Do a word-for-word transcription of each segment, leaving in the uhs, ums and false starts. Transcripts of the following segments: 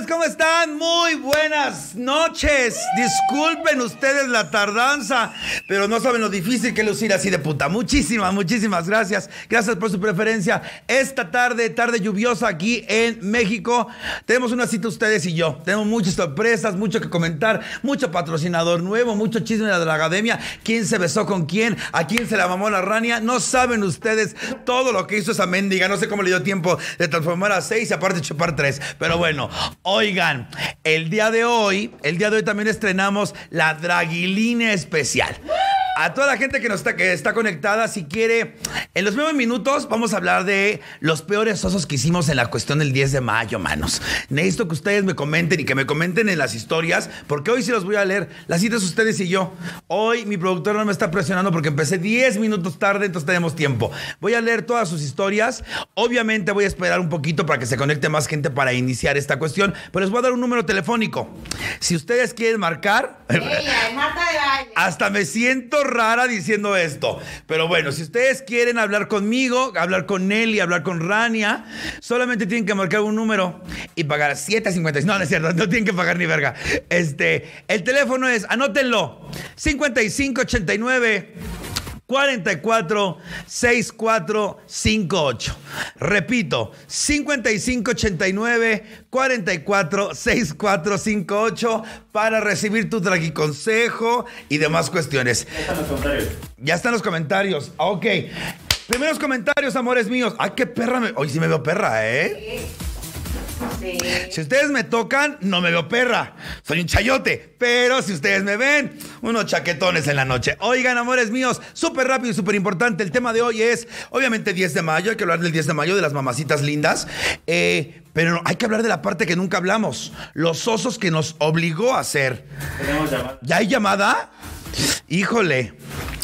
amores, ¿cómo están? Muy buenas noches. Disculpen ustedes la tardanza, pero no saben lo difícil que es lucir así de puta. Muchísimas, muchísimas gracias. Gracias por su preferencia. Esta tarde, tarde lluviosa aquí en México, tenemos una cita ustedes y yo. Tenemos muchas sorpresas, mucho que comentar, mucho patrocinador nuevo, mucho chisme de la academia. ¿Quién se besó con quién? ¿A quién se la mamó la rania? No saben ustedes todo lo que hizo esa mendiga. No sé cómo le dio tiempo de transformar a seis y aparte chupar tres. Pero bueno, oigan, el día de hoy, el día de hoy también estrenamos la Draguilínea Especial. A toda la gente que nos está, que está conectada, si quiere, en los nueve minutos vamos a hablar de los peores osos que hicimos en la cuestión del diez de mayo, manos. Necesito que ustedes me comenten y que me comenten en las historias, porque hoy sí los voy a leer. Las citas ustedes y yo. Hoy mi productor no me está presionando porque empecé diez minutos tarde, entonces tenemos tiempo. Voy a leer todas sus historias. Obviamente voy a esperar un poquito para que se conecte más gente para iniciar esta cuestión, pero les voy a dar un número telefónico. Si ustedes quieren marcar... Hasta me siento rara diciendo esto, pero bueno, si ustedes quieren hablar conmigo, hablar con Nelly, hablar con Rania, solamente tienen que marcar un número y pagar siete cincuenta y cinco. No, no es cierto, no tienen que pagar ni verga. Este, el teléfono es, anótenlo, cincuenta y cinco ochenta y nueve cuarenta y cuatro sesenta y cuatro cincuenta y ocho. Repito, cincuenta y cinco ochenta y nueve cuarenta y cuatro sesenta y cuatro cincuenta y ocho para recibir tu dragiconsejo y demás cuestiones. Ya están los comentarios. Ya están los comentarios. Ok. Primeros comentarios, amores míos. Ay, qué perra me... Hoy sí me veo perra, ¿eh? Sí. Si ustedes me tocan, no me veo perra. Soy un chayote. Pero si ustedes me ven, unos chaquetones en la noche. Oigan, amores míos, súper rápido y súper importante. El tema de hoy es, obviamente, diez de mayo. Hay que hablar del diez de mayo, de las mamacitas lindas. Eh, pero hay que hablar de la parte que nunca hablamos. Los osos que nos obligó a hacer. ¿Tenemos llamada? ¿Ya hay llamada? Híjole.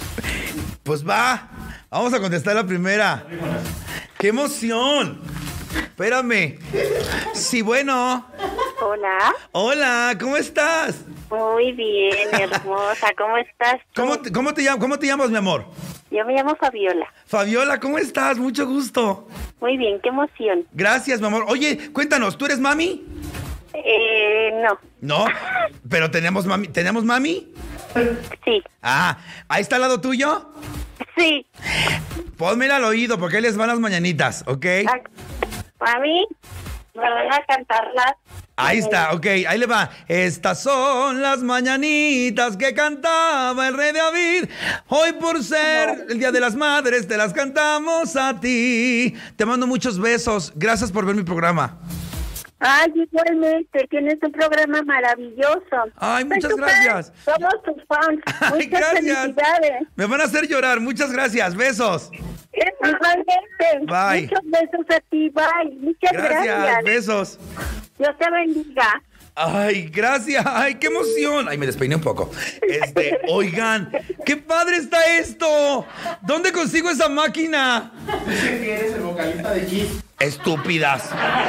Pues va. Vamos a contestar la primera. ¡Qué emoción! Espérame. Sí, bueno. Hola. Hola, ¿cómo estás? Muy bien, hermosa. ¿Cómo estás tú? ¿Cómo te, cómo te, llamas, ¿Cómo te llamas, mi amor? Yo me llamo Fabiola. Fabiola, ¿cómo estás? Mucho gusto. Muy bien, qué emoción. Gracias, mi amor. Oye, cuéntanos, ¿tú eres mami? Eh, no. ¿No? ¿Pero tenemos mami? ¿Tenemos mami? Sí. Ah, ¿ahí está al lado tuyo? Sí. Pónmela al oído porque ahí les van las mañanitas, ¿ok? Mami, me van a cantarlas. Ahí está, ok, ahí le va. Estas son las mañanitas que cantaba el rey David. Hoy por ser el Día de las Madres te las cantamos a ti. Te mando muchos besos. Gracias por ver mi programa. Ay, igualmente, tienes un programa maravilloso. Ay, muchas gracias. Fan. Somos tus fans. Muchas Ay, gracias. Felicidades. Me van a hacer llorar. Muchas gracias. Besos. Igualmente. Bye. Muchos besos a ti. Bye. Muchas gracias. Gracias. Besos. Dios te bendiga. Ay, gracias. Ay, qué emoción. Ay, me despeiné un poco. Este, oigan, qué padre está esto. ¿Dónde consigo esa máquina? Dice que eres el vocalista de Kiss. Estúpidas.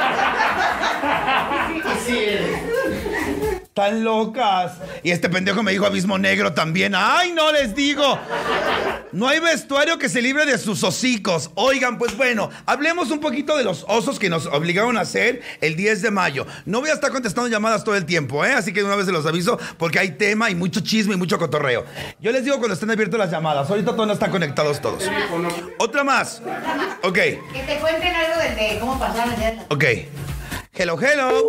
Sí eres. Tan locas. Y este pendejo me dijo Abismo Negro también. ¡Ay, no les digo! No hay vestuario que se libre de sus hocicos. Oigan, pues bueno, hablemos un poquito de los osos que nos obligaron a hacer el diez de mayo. No voy a estar contestando llamadas todo el tiempo, ¿eh? Así que de una vez se los aviso porque hay tema y mucho chisme y mucho cotorreo. Yo les digo cuando estén abiertas las llamadas. Ahorita todos no están conectados todos. Otra más. Ok. Que te cuenten algo de, de cómo pasaron el día de la... Ok. Hello, hello.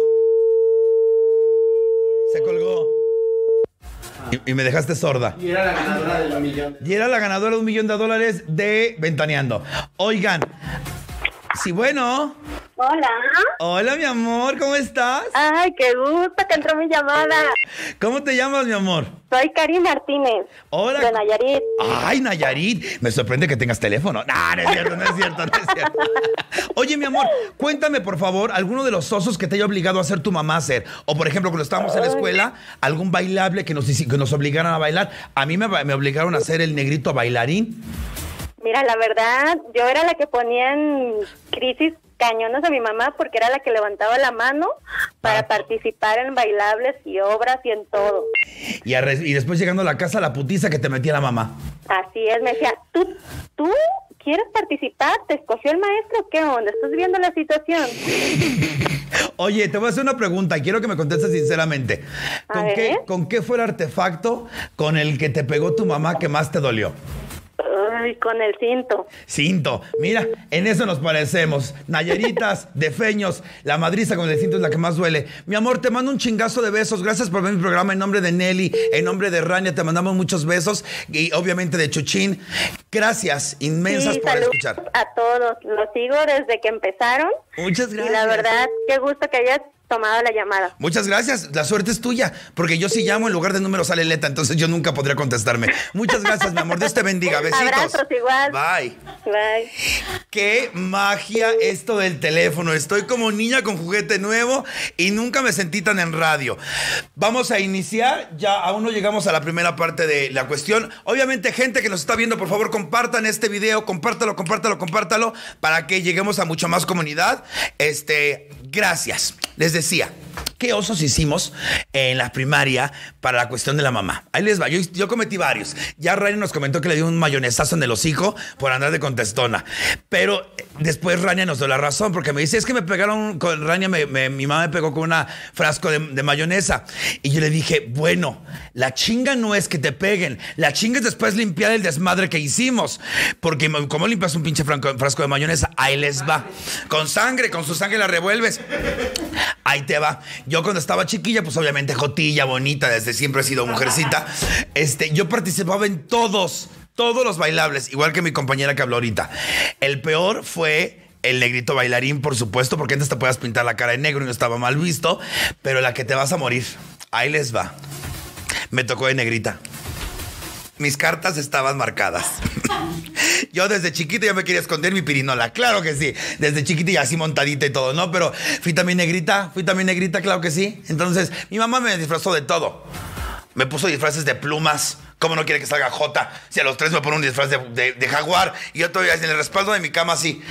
Se colgó. Y, y me dejaste sorda. Y era la ganadora del millón. Y era la ganadora de un millón de dólares de Ventaneando. Oigan, sí, bueno. Hola. Hola, mi amor, ¿cómo estás? Ay, qué gusto que entró mi llamada. ¿Cómo te llamas, mi amor? Soy Karin Martínez. Hola. De Nayarit. Ay, Nayarit. Me sorprende que tengas teléfono. No, no es cierto, no es cierto, no es cierto. Oye, mi amor, cuéntame, por favor, alguno de los osos que te haya obligado a hacer tu mamá a hacer. O, por ejemplo, cuando estábamos en la escuela, algún bailable que nos, que nos obligaran a bailar. A mí me, me obligaron a hacer el negrito bailarín. Mira, la verdad, yo era la que ponía en crisis cañones a mi mamá porque era la que levantaba la mano para ah. participar en bailables y obras y en todo. Y, a y después llegando a la casa, la putiza que te metía la mamá. Así es, me decía, ¿tú, tú ¿quieres participar? ¿Te escogió el maestro? ¿Qué onda? ¿Estás viendo la situación? Oye, te voy a hacer una pregunta y quiero que me contestes sinceramente. A ¿Con ver. qué, ¿Con qué fue el artefacto con el que te pegó tu mamá que más te dolió? Ay, con el cinto. Cinto. Mira, en eso nos parecemos. Nayeritas, defeños, la madriza con el cinto es la que más duele. Mi amor, te mando un chingazo de besos. Gracias por ver mi programa en nombre de Nelly, en nombre de Rania. Te mandamos muchos besos y obviamente de Chuchín. Gracias inmensas Sí, por saludos escuchar. a todos. Los sigo desde que empezaron. Muchas gracias. Y la verdad, qué gusto que hayas tomado la llamada. Muchas gracias. La suerte es tuya, porque yo si llamo en lugar de número sale Leta, entonces yo nunca podría contestarme. Muchas gracias, mi amor. Dios te bendiga. Besitos. Abrazos igual. Bye. Bye. Qué magia esto del teléfono. Estoy como niña con juguete nuevo y nunca me sentí tan en radio. Vamos a iniciar. Ya aún no llegamos a la primera parte de la cuestión. Obviamente, gente que nos está viendo, por favor, compartan este video. Compártalo, compártalo, compártalo para que lleguemos a mucha más comunidad. Este, gracias. Les decía, ¿qué osos hicimos en la primaria para la cuestión de la mamá? Ahí les va, yo, yo cometí varios. Ya Rania nos comentó que le dio un mayonesazo en el hocico por andar de contestona. Pero después Rania nos dio la razón porque me dice, es que me pegaron, con Rania, me, me, mi mamá me pegó con una frasco de, de mayonesa. Y yo le dije, bueno, la chinga no es que te peguen, la chinga es después limpiar el desmadre que hicimos. Porque ¿cómo limpias un pinche frasco de mayonesa? Ahí les va. Con sangre, con su sangre la revuelves. Ahí te va. Yo cuando estaba chiquilla, pues obviamente jotilla, bonita, desde siempre he sido mujercita. Este, yo participaba en todos, todos los bailables, igual que mi compañera que habló ahorita. El peor fue el negrito bailarín, por supuesto, porque antes te podías pintar la cara de negro y no estaba mal visto, pero la que te vas a morir. Ahí les va. Me tocó de negrita. Mis cartas estaban marcadas. Yo desde chiquito ya me quería esconder mi pirinola, claro que sí. Desde chiquita y así montadita y todo, ¿no? Pero fui también negrita, fui también negrita, claro que sí. Entonces, mi mamá me disfrazó de todo. Me puso disfraces de plumas. ¿Cómo no quiere que salga Jota? Si a los tres me pone un disfraz de, de, de jaguar y yo todavía en el respaldo de mi cama así.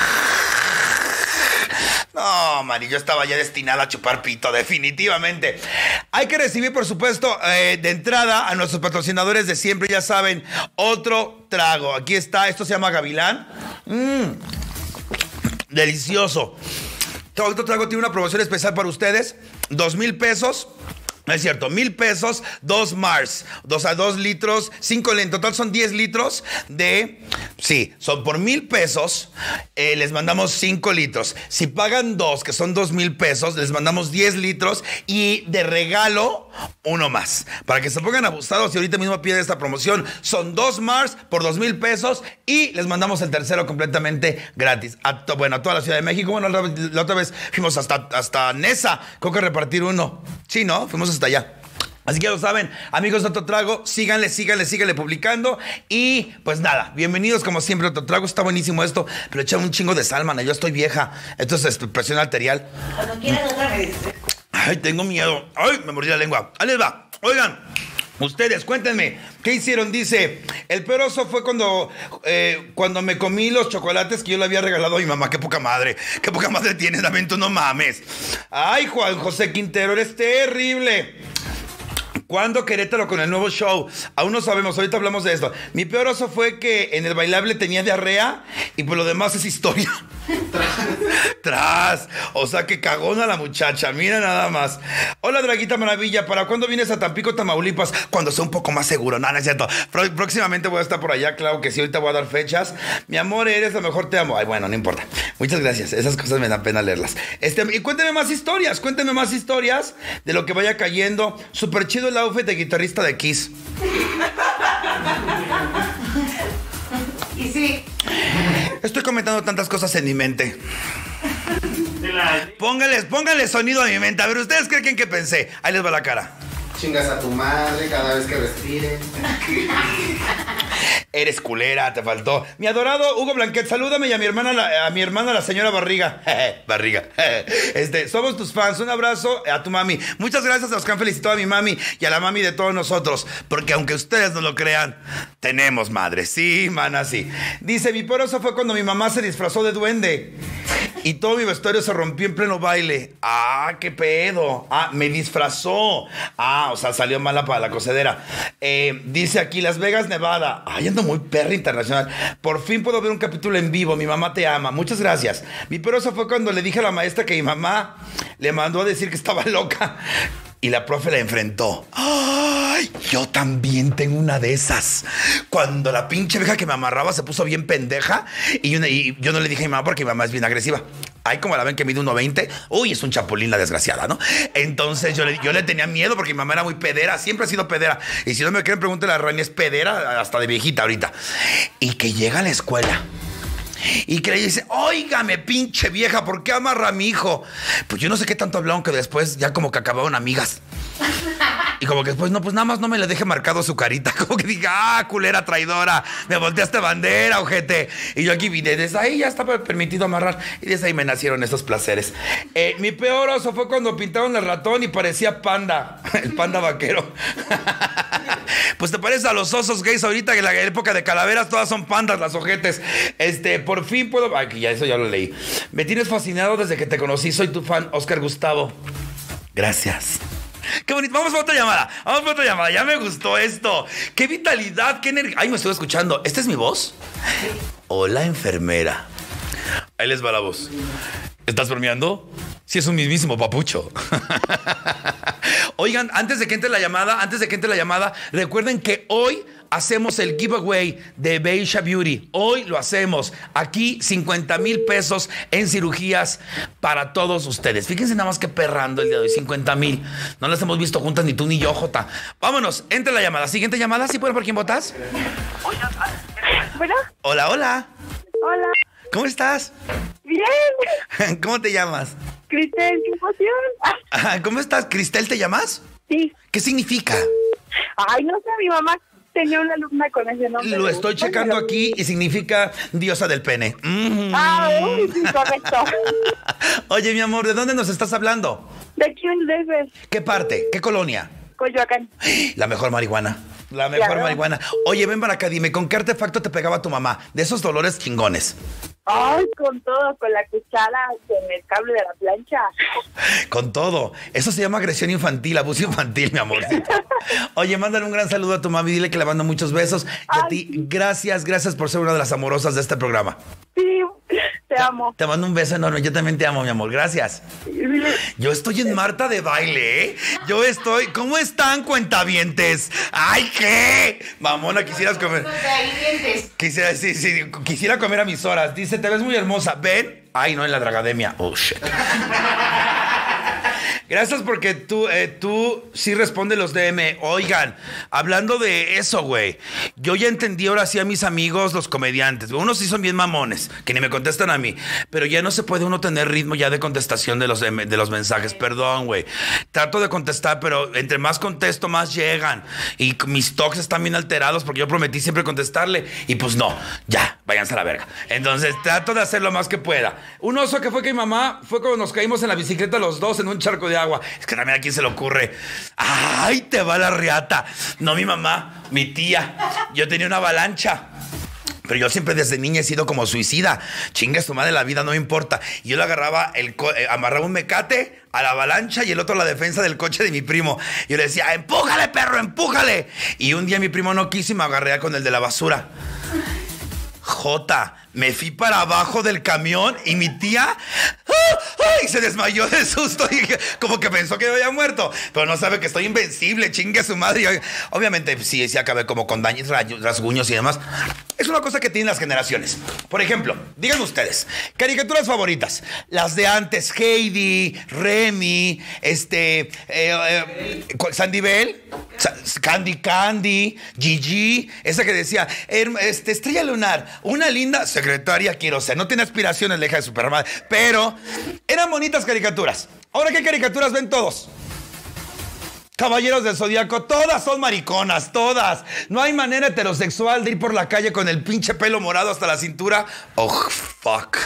No, Mari, yo estaba ya destinada a chupar pito, definitivamente. Hay que recibir, por supuesto, eh, de entrada a nuestros patrocinadores de siempre, ya saben, otro trago. Aquí está, esto se llama Gavilán. Mmm, delicioso. Otro trago tiene una promoción especial para ustedes. Dos mil pesos. No es cierto, mil pesos, dos Mars, dos a dos litros, cinco, en total son diez litros de, sí, son por mil pesos, eh, les mandamos cinco litros. Si pagan dos, que son dos mil pesos, les mandamos diez litros y de regalo, uno más. Para que se pongan abusados y ahorita mismo piden esta promoción, son dos Mars por dos mil pesos y les mandamos el tercero completamente gratis. A to, bueno, a toda la Ciudad de México. Bueno, la, la otra vez fuimos hasta, hasta Nesa, creo que repartir uno. Sí, ¿no? Fuimos hasta allá. Así que ya lo saben, amigos de Otro Trago, síganle, síganle, síganle publicando. Y pues nada, bienvenidos como siempre a Otro Trago. Está buenísimo esto, pero echa un chingo de sal, mana. Yo estoy vieja. Esto es presión arterial. Cuando quieras otra vez. Ay, tengo miedo. Ay, me mordí la lengua. Ahí les va. Oigan, ustedes, cuéntenme, ¿qué hicieron? Dice, el peor oso fue cuando, eh, cuando me comí los chocolates que yo le había regalado a mi mamá. Qué poca madre, qué poca madre tienes, Lamento, no mames. Ay, Juan José Quintero, eres terrible. ¿Cuándo Querétaro con el nuevo show? Aún no sabemos, ahorita hablamos de esto. Mi peor oso fue que en el bailable tenía diarrea y por lo demás es historia. Tras. O sea que cagona la muchacha, mira nada más. Hola, Draguita Maravilla, ¿para cuándo vienes a Tampico, Tamaulipas? Cuando sea un poco más seguro. No, no es cierto. Pro- próximamente voy a estar por allá, claro que sí, ahorita voy a dar fechas. Mi amor, eres lo mejor, te amo. Ay, bueno, no importa. Muchas gracias, esas cosas me dan pena leerlas. Este, y cuénteme más historias, cuénteme más historias de lo que vaya cayendo. Súper chido el outfit de guitarrista de Kiss. Y sí. Estoy comentando tantas cosas en mi mente. Póngales, póngale sonido a mi mente. A ver, ¿ustedes creen que pensé? Ahí les va la cara. Chingas a tu madre cada vez que respires. Eres culera, te faltó. Mi adorado Hugo Blanquet, salúdame y a mi hermana, la, a mi hermana, la señora Barriga. Barriga. Este, somos tus fans. Un abrazo a tu mami. Muchas gracias a los que han felicitado a mi mami y a la mami de todos nosotros. Porque aunque ustedes no lo crean, tenemos madre. Sí, mana, sí. Dice, mi peor oso fue cuando mi mamá se disfrazó de duende y todo mi vestuario se rompió en pleno baile. Ah, qué pedo. Ah, me disfrazó. Ah, o sea, salió mala para la cocedera. Eh, dice aquí, Las Vegas, Nevada. Ay, ando muy perra internacional. Por fin puedo ver un capítulo en vivo. Mi mamá te ama. Muchas gracias. Mi peor eso fue cuando le dije a la maestra que mi mamá le mandó a decir que estaba loca. Y la profe la enfrentó. ¡Ay! Yo también tengo una de esas. Cuando la pinche vieja que me amarraba se puso bien pendeja. Y yo, y yo no le dije a mi mamá porque mi mamá es bien agresiva. Ay, como la ven que mide uno veinte. Uy, es un chapulín la desgraciada, ¿no? Entonces yo le, yo le tenía miedo porque mi mamá era muy pedera. Siempre ha sido pedera. Y si no me quieren, pregúntale a la Rani, es pedera hasta de viejita ahorita. Y que llega a la escuela. Y que le dice, óigame, pinche vieja, ¿por qué amarra a mi hijo? Pues yo no sé qué tanto hablaron que después ya como que acabaron amigas. Y como que después, no, pues nada más no me le deje marcado su carita. Como que diga, ah, culera traidora, me volteaste bandera, ojete. Y yo aquí vine, desde ahí ya estaba permitido amarrar. Y desde ahí me nacieron esos placeres. Eh, mi peor oso fue cuando pintaron el ratón y parecía panda. El panda vaquero. Pues te parece a los osos gays ahorita, que en la época de calaveras todas son pandas las ojetes. Este, por fin puedo... Ay, que ya eso ya lo leí. Me tienes fascinado desde que te conocí, soy tu fan, Oscar Gustavo. Gracias. Qué bonito. Vamos a otra llamada. Vamos a otra llamada. Ya me gustó esto. Qué vitalidad, qué energía. Ay, me estoy escuchando. ¿Esta es mi voz? Hola, enfermera. Ahí les va la voz. ¿Estás bromeando? Sí, es un mismísimo papucho. Oigan, antes de que entre la llamada, antes de que entre la llamada, recuerden que hoy hacemos el giveaway de Beisha Beauty. Hoy lo hacemos. Aquí cincuenta mil pesos en cirugías para todos ustedes. Fíjense nada más que perrando el día de hoy, cincuenta mil. No las hemos visto juntas ni tú ni yo, Jota. Vámonos, entre la llamada. Siguiente llamada, ¿sí pueden por quién votas? Bueno. Hola, hola. Hola. ¿Cómo estás? Bien. ¿Cómo te llamas? Cristel, qué emoción. ¿Cómo estás? ¿Cristel te llamas? Sí. ¿Qué significa? Ay, no sé, mi mamá tenía una alumna con ese nombre. Lo estoy checando aquí y significa diosa del pene. Mm. Ah, uy, sí, correcto. Oye, mi amor, ¿de dónde nos estás hablando? De aquí en D F. ¿Qué parte? ¿Qué colonia? Coyoacán. La mejor marihuana. La mejor Claro. marihuana. Oye, ven para acá, dime, ¿con qué artefacto te pegaba tu mamá? De esos dolores chingones. Ay, con todo, con la cuchara, con el cable de la plancha. Con todo. Eso se llama agresión infantil, abuso infantil, mi amorcito. Oye, mándale un gran saludo a tu mami, dile que le mando muchos besos. Y a Ay. ti, gracias, gracias por ser una de las amorosas de este programa. Sí, te amo. Te mando un beso enorme, yo también te amo, mi amor, gracias. Yo estoy en Marta de baile, ¿eh? Yo estoy... ¿Cómo están, cuentavientes? ¡Ay, qué! Mamona, quisieras comer... Quisiera, sí, sí, quisiera comer a mis horas. Dice, te ves muy hermosa. ¿Ven? Ay, no, en la dragademia. Oh, shit. Gracias porque tú, eh, tú sí respondes los D M. Oigan, hablando de eso, güey. Yo ya entendí ahora sí a mis amigos, los comediantes. Unos sí son bien mamones, que ni me contestan a mí. Pero ya no se puede uno tener ritmo ya de contestación de los, de, de los mensajes. Perdón, güey. Trato de contestar, pero entre más contesto, más llegan. Y mis talks están bien alterados porque yo prometí siempre contestarle. Y pues no, ya, váyanse a la verga. Entonces trato de hacer lo más que pueda. Un oso que fue que mi mamá fue cuando nos caímos en la bicicleta los dos en un charco de agua. Es que también a quién se le ocurre. ¡Ay, te va la riata! No mi mamá, mi tía. Yo tenía una avalancha. Pero yo siempre desde niña he sido como suicida. Chinga su madre, la vida no me importa. Y yo le agarraba, el co- eh, amarraba un mecate a la avalancha y el otro a la defensa del coche de mi primo. Y yo le decía, ¡empújale, perro, empújale! Y un día mi primo no quiso y me agarré con el de la basura. Jota, me fui para abajo del camión y mi tía ¡ah! ¡ay! Se desmayó de susto y como que pensó que yo había muerto, pero no sabe que estoy invencible, chingue a su madre. Y, obviamente sí, sí acabé como con daños, rasguños y demás. Es una cosa que tienen las generaciones. Por ejemplo, digan ustedes, caricaturas favoritas. Las de antes, Heidi, Remy, este, eh, eh, Sandy Bell, Sa- Candy Candy, Gigi, esa que decía, "Her- este, Estrella Lunar, una linda secretaria quiero ser". No tiene aspiraciones, la hija de su perra madre, pero eran bonitas caricaturas. Ahora, ¿qué caricaturas ven todos? Caballeros del Zodíaco, todas son mariconas, todas. No hay manera heterosexual de ir por la calle con el pinche pelo morado hasta la cintura. Oh, fuck.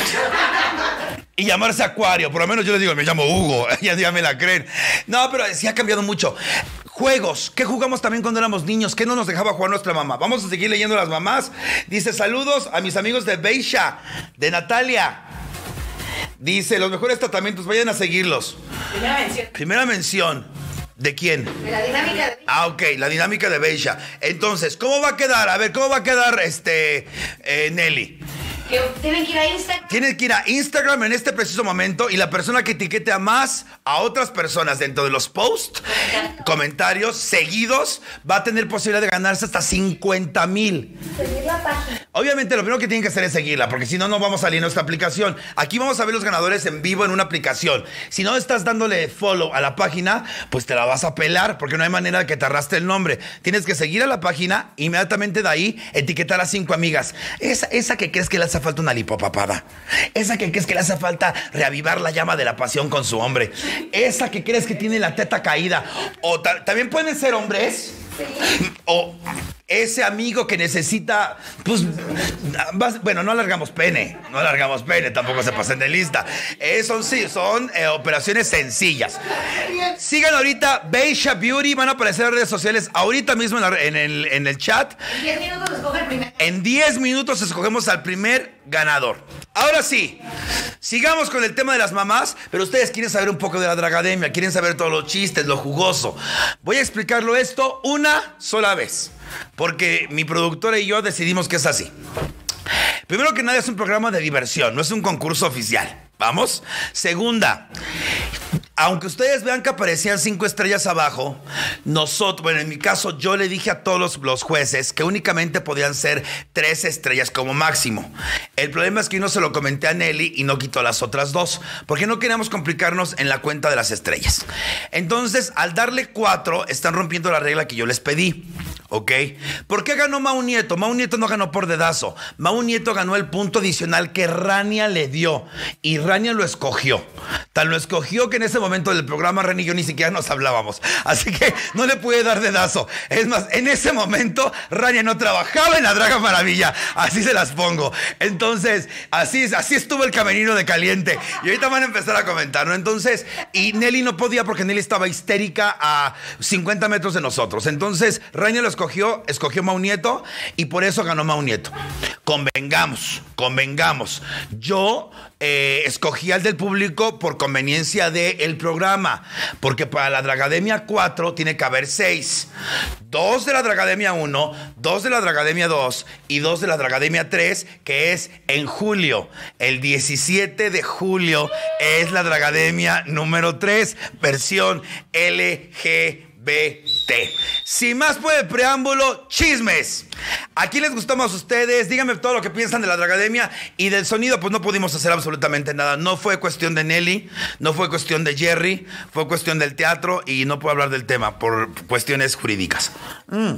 Y llamarse Acuario, por lo menos yo les digo, me llamo Hugo, ya, ya me la creen. No, pero sí ha cambiado mucho. Juegos, ¿qué jugamos también cuando éramos niños? ¿Qué no nos dejaba jugar nuestra mamá? Vamos a seguir leyendo las mamás. Dice, saludos a mis amigos de Beisha, de Natalia. Dice, los mejores tratamientos, vayan a seguirlos. Primera mención. Primera mención. ¿De quién? De la dinámica de... Ah, ok, la dinámica de Beisha. Entonces, ¿cómo va a quedar? A ver, ¿cómo va a quedar este eh, Nelly? Que tienen que ir a Instagram. Tienes que ir a Instagram en este preciso momento y la persona que etiquete a más a otras personas dentro de los posts, Comentario. comentarios seguidos, va a tener posibilidad de ganarse hasta cincuenta mil. Seguir la página. Obviamente lo primero que tienen que hacer es seguirla, porque si no, no vamos a salir en nuestra aplicación. Aquí vamos a ver los ganadores en vivo en una aplicación. Si no estás dándole follow a la página, pues te la vas a pelar, porque no hay manera de que te arrastre el nombre. Tienes que seguir a la página, inmediatamente de ahí, etiquetar a cinco amigas. Esa, esa que crees que le hace falta una lipopapada. Esa que crees que le hace falta reavivar la llama de la pasión con su hombre. Esa que crees que tiene la teta caída. O ta- también pueden ser hombres. O ese amigo que necesita, pues, vas- bueno, no alargamos pene, no alargamos pene, tampoco se pasen de lista. Eh, son, sí, son eh, operaciones sencillas. Sigan ahorita Beisha Beauty, van a aparecer en redes sociales ahorita mismo en, la- en el, en el chat. En diez minutos escoge el primero. En diez minutos escogemos al primer ganador. Ahora sí, sigamos con el tema de las mamás, pero ustedes quieren saber un poco de la Dragademia, quieren saber todos los chistes, lo jugoso. Voy a explicarlo esto una sola vez, porque mi productora y yo decidimos que es así. Primero que nada, es un programa de diversión, no es un concurso oficial. ¿Vamos? Segunda, aunque ustedes vean que aparecían cinco estrellas abajo, nosotros, bueno, en mi caso, yo le dije a todos los, los jueces que únicamente podían ser tres estrellas como máximo. El problema es que yo no se lo comenté a Nelly y no quitó las otras dos, porque no queríamos complicarnos en la cuenta de las estrellas. Entonces, al darle cuatro, están rompiendo la regla que yo les pedí. ¿Ok? ¿Por qué ganó Mau Nieto? Mau Nieto no ganó por dedazo. Mau Nieto ganó el punto adicional que Rania le dio. Y Rania lo escogió. Tan lo escogió que en ese momento del programa Rania y yo ni siquiera nos hablábamos. Así que no le pude dar dedazo. Es más, en ese momento Rania no trabajaba en la Draga Maravilla. Así se las pongo. Entonces, así, así estuvo el camerino de caliente. Y ahorita van a empezar a comentar, ¿no? Entonces, y Nelly no podía porque Nelly estaba histérica a cincuenta metros de nosotros. Entonces, Rania lo escogió, escogió Mau Nieto y por eso ganó Mau Nieto. Convengamos, convengamos. Yo eh, escogí al del público por conveniencia del programa, porque para la Dragademia cuatro tiene que haber seis. Dos de la Dragademia uno, dos de la Dragademia dos y dos de la Dragademia tres, que es en julio. El diecisiete de julio es la Dragademia número tres, versión L G B T. Sin más por el preámbulo, chismes. ¿A quién les gustó más a ustedes? Díganme todo lo que piensan de la Dragademia. Y del sonido, pues no pudimos hacer absolutamente nada. No fue cuestión de Nelly, no fue cuestión de Jerry, fue cuestión del teatro y no puedo hablar del tema por cuestiones jurídicas. Mmm.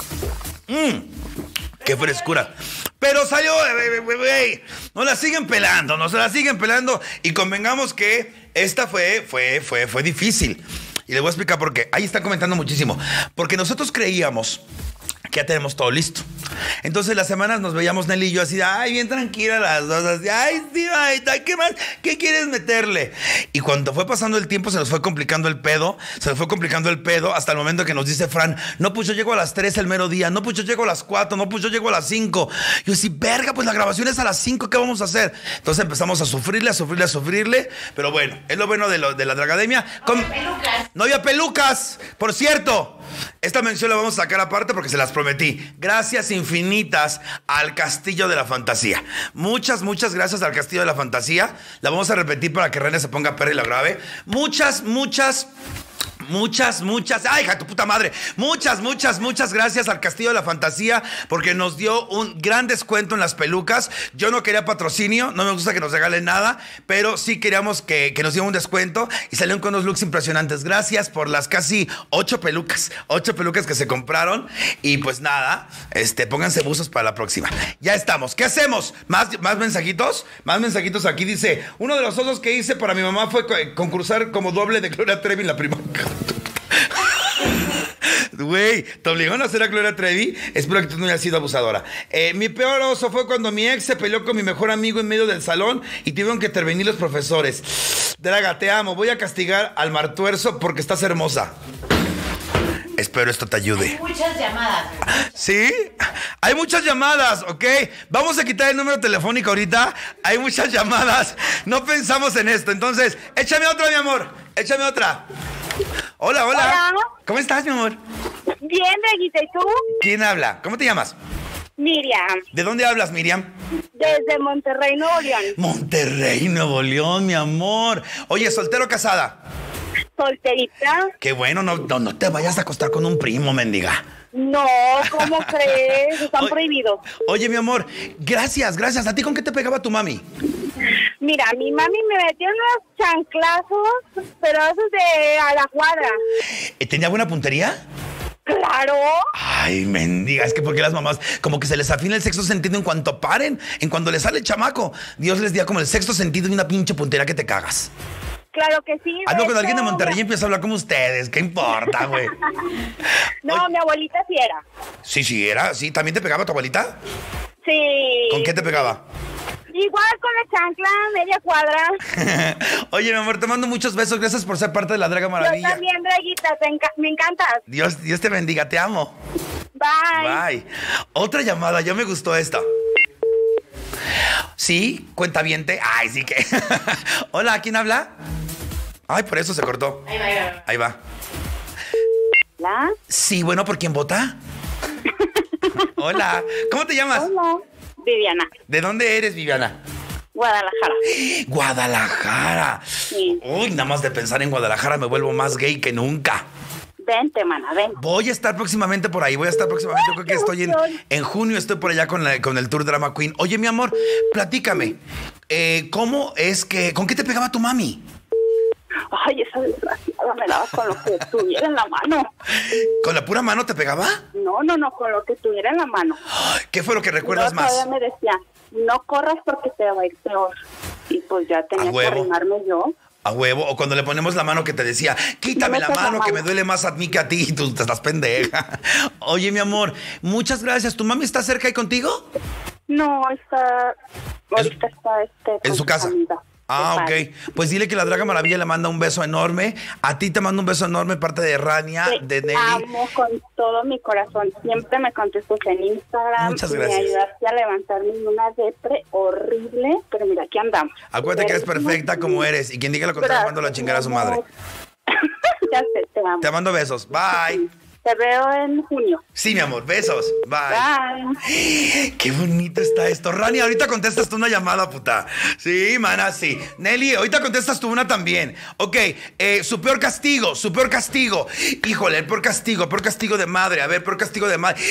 Mmm. Qué frescura. Pero salió, wey, nos la siguen pelando, nos la siguen pelando. Y convengamos que esta fue, fue, fue, fue difícil. Y les voy a explicar por qué. Ahí están comentando muchísimo. Porque nosotros creíamos que ya tenemos todo listo. Entonces las semanas nos veíamos Nelly y yo así, ay, bien tranquila las dos, así, ay, sí, ay, ¿qué más? ¿Qué quieres meterle? Y cuando fue pasando el tiempo se nos fue complicando el pedo, se nos fue complicando el pedo hasta el momento que nos dice Fran, no, pues yo llego a las tres el mero día, no, pues yo llego a las cuatro, no, pues yo llego a las cinco. Yo así, verga, pues la grabación es a las cinco, ¿qué vamos a hacer? Entonces empezamos a sufrirle, a sufrirle, a sufrirle, pero bueno, es lo bueno de, lo, de la Dragademia. Con... pelucas. No había pelucas, por cierto. Esta mención la vamos a sacar aparte porque se las prometí. Gracias infinitas al Castillo de la Fantasía. Muchas, muchas gracias al Castillo de la Fantasía. La vamos a repetir para que René se ponga perra y la grabe. Muchas, muchas... Muchas, muchas, ay, hija, tu puta madre. Muchas, muchas, muchas gracias al Castillo de la Fantasía porque nos dio un gran descuento en las pelucas. Yo no quería patrocinio, no me gusta que nos regalen nada, pero sí queríamos que, que nos dieran un descuento y salieron con unos looks impresionantes. Gracias por las casi ocho pelucas, ocho pelucas que se compraron. Y pues nada, este, pónganse buzos para la próxima. Ya estamos. ¿Qué hacemos? ¿Más, más mensajitos? Más mensajitos aquí. Dice, uno de los osos que hice para mi mamá fue concursar como doble de Gloria Trevi en la primaria. Güey, te obligaron a hacer a Gloria Trevi. Espero que tú no hayas sido abusadora. eh, Mi peor oso fue cuando mi ex se peleó con mi mejor amigo en medio del salón y tuvieron que intervenir los profesores. Draga, te amo, voy a castigar al martuerzo porque estás hermosa. Espero esto te ayude. Hay muchas llamadas. ¿Sí? Hay muchas llamadas, ¿ok? Vamos a quitar el número telefónico ahorita. Hay muchas llamadas. No pensamos en esto. Entonces, échame otra, mi amor. Échame otra. Hola, hola. Hola. ¿Cómo estás, mi amor? Bien, Reguita, ¿y tú? ¿Quién habla? ¿Cómo te llamas? Miriam, ¿De dónde hablas, Miriam? desde Monterrey, Nuevo León. Monterrey, Nuevo León, mi amor. Oye, ¿soltero o casada? Solterita. Qué bueno, no, no, no te vayas a acostar con un primo, mendiga. No, ¿cómo crees? Están Oye, prohibidos. Oye, mi amor, gracias, gracias. ¿A ti con qué te pegaba tu mami? Mira, mi mami me metió unos chanclazos, pero esos de a la cuadra. Eh, ¿Tenía buena puntería? ¡Claro! Ay, mendiga, es que porque las mamás como que se les afina el sexto sentido en cuanto paren, en cuando les sale el chamaco. Dios les dio como el sexto sentido y una pinche puntería que te cagas. Claro que sí. Hazlo con hecho, alguien de Monterrey y empieza a hablar como ustedes. ¿Qué importa, güey? No, Oye. mi abuelita sí era. Sí, sí, era. Sí, ¿también te pegaba tu abuelita? Sí. ¿Con qué te pegaba? Igual con la chancla, media cuadra. Oye, mi amor, te mando muchos besos. Gracias por ser parte de la Draga Yo Maravilla. también, Reguita, te enca- me encantas. Dios, Dios te bendiga, te amo. Bye. Bye. Otra llamada, ya me gustó esta. ¿Sí? ¿Cuentaviente? Ay, sí que. Hola, ¿quién habla? Ay, por eso se cortó. Ahí va, ahí va. Ahí va. Hola. Sí, bueno, ¿por quién vota? Hola. ¿Cómo te llamas? Hola. Viviana, ¿De dónde eres, Viviana? Guadalajara. Guadalajara. Sí. Uy, nada más de pensar en Guadalajara me vuelvo más gay que nunca. Vente, mana, ven. Voy a estar próximamente por ahí, voy a estar próximamente, creo que estoy en, en junio, estoy por allá con, la- con el Tour Drama Queen. Oye, mi amor, platícame, eh, ¿cómo es que, con qué te pegaba tu mami? Ay, esa desgraciada me daba con lo que tuviera en la mano. ¿Con la pura mano te pegaba? No, no, no, con lo que tuviera en la mano. ¿Qué fue lo que recuerdas Luego todavía más? me decía, no corras porque te va a ir peor. Y pues ya tenía A que huevo. arrimarme yo. A huevo, o cuando le ponemos la mano que te decía, quítame No la metas la mano que me mano. duele más a mí que a ti y tú te estás pendeja. Oye, mi amor, muchas gracias. ¿Tu mami está cerca ahí contigo? No, está... Ahorita está este... En con su casa. amiga. Ah, Está ok. Pues dile que la Draga Maravilla le manda un beso enorme. A ti te mando un beso enorme, parte de Rania, Te de Nelly. amo con todo mi corazón. Siempre me contestas en Instagram. Muchas y gracias. Me ayudaste a levantarme en una depre horrible. Pero mira, aquí andamos. Acuérdate que eres perfecta como eres. Y quien diga lo contrario, mando la chingada a su madre. Ya sé, te amo. Te mando besos. Bye. Te veo en junio. Sí, mi amor. Besos. Bye. Bye. Qué bonito está esto. Rani, ahorita contestas tú una llamada, puta. Sí, mana, sí. Nelly, ahorita contestas tú una también. Ok, eh, su peor castigo, su peor castigo. Híjole, el peor castigo, el peor castigo de madre. A ver, peor castigo de madre.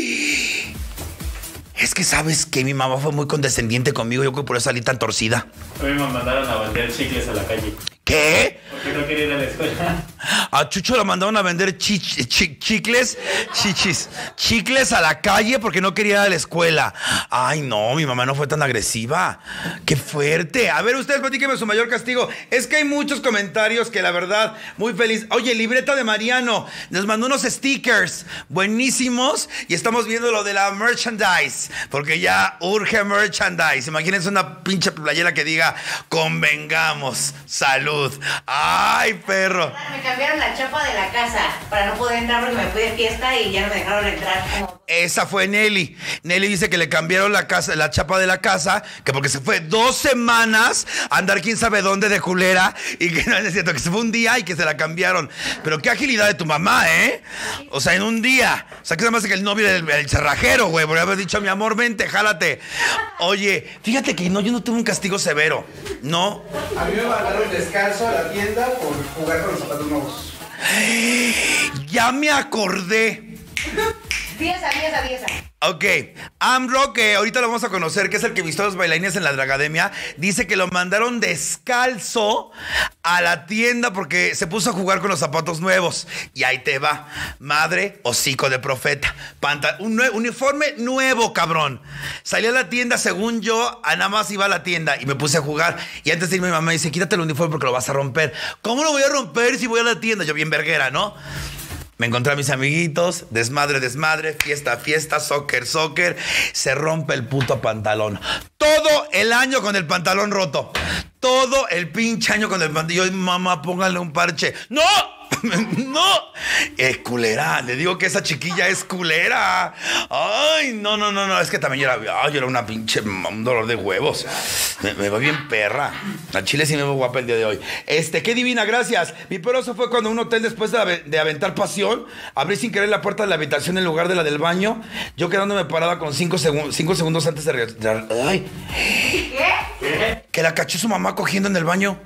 Es que sabes que mi mamá fue muy condescendiente conmigo. Yo creo que por eso salí tan torcida. A mí me mandaron a vender chicles a la calle. ¿Qué? Porque no quería ir a la escuela. A Chucho la mandaron a vender chich- chi- chicles, chichis, chicles a la calle porque no quería ir a la escuela. Ay, no, mi mamá no fue tan agresiva. Qué fuerte. A ver, ustedes platíquenme su mayor castigo. Es que hay muchos comentarios que la verdad, muy feliz. Oye, libreta de Mariano, nos mandó unos stickers buenísimos y estamos viendo lo de la merchandise, porque ya urge merchandise. Imagínense una pinche playera que diga, convengamos, salud. Ay, perro. Me cambiaron la chapa de la casa para no poder entrar porque me fui de fiesta y ya no me dejaron entrar. Como... Esa fue Nelly. Nelly dice que le cambiaron la casa, la chapa de la casa, que porque se fue dos semanas a andar quién sabe dónde de culera y que no es cierto, que se fue un día y que se la cambiaron. Pero qué agilidad de tu mamá, ¿eh? O sea, en un día. O sea, que se me hace que el novio era el, el cerrajero, güey, por haber dicho, mi amor, vente, jálate. Oye, fíjate que no, yo no tuve un castigo severo, ¿no? A mí me mandaron descalzo a la tienda por jugar con los zapatos nuevos. Ya me acordé. Piensa, piensa, piensa. Ok, Amro, que ahorita lo vamos a conocer, que es el que vistió a los bailarines en la Dragademia, dice que lo mandaron descalzo a la tienda porque se puso a jugar con los zapatos nuevos. Y ahí te va, madre, hocico de profeta, Panta un nue- uniforme nuevo, cabrón. Salí a la tienda, según yo, a nada más iba a la tienda y me puse a jugar. Y antes de irme mi mamá me dice, quítate el uniforme porque lo vas a romper. ¿Cómo lo voy a romper si voy a la tienda? Yo bien verguera, ¿no? Me encontré a mis amiguitos, desmadre, desmadre, fiesta, fiesta, soccer, soccer. Se rompe el puto pantalón. Todo el año con el pantalón roto. Todo el pinche año con el pantalón. Yo, mamá, póngale un parche. ¡No! No, es culera. Le digo que esa chiquilla es culera. Ay, no, no, no, no. Es que también yo era, ay, yo era una pinche, un dolor de huevos. Me, me va bien perra. Al chile sí me veo guapa el día de hoy. Este, qué divina, gracias. Mi peor oso fue cuando un hotel, después de, de aventar pasión, abrí sin querer la puerta de la habitación en lugar de la del baño. Yo quedándome parada con cinco, segun, cinco segundos antes de... Re, ay. ¿Qué? ¿Qué? Que la cachó su mamá cogiendo en el baño.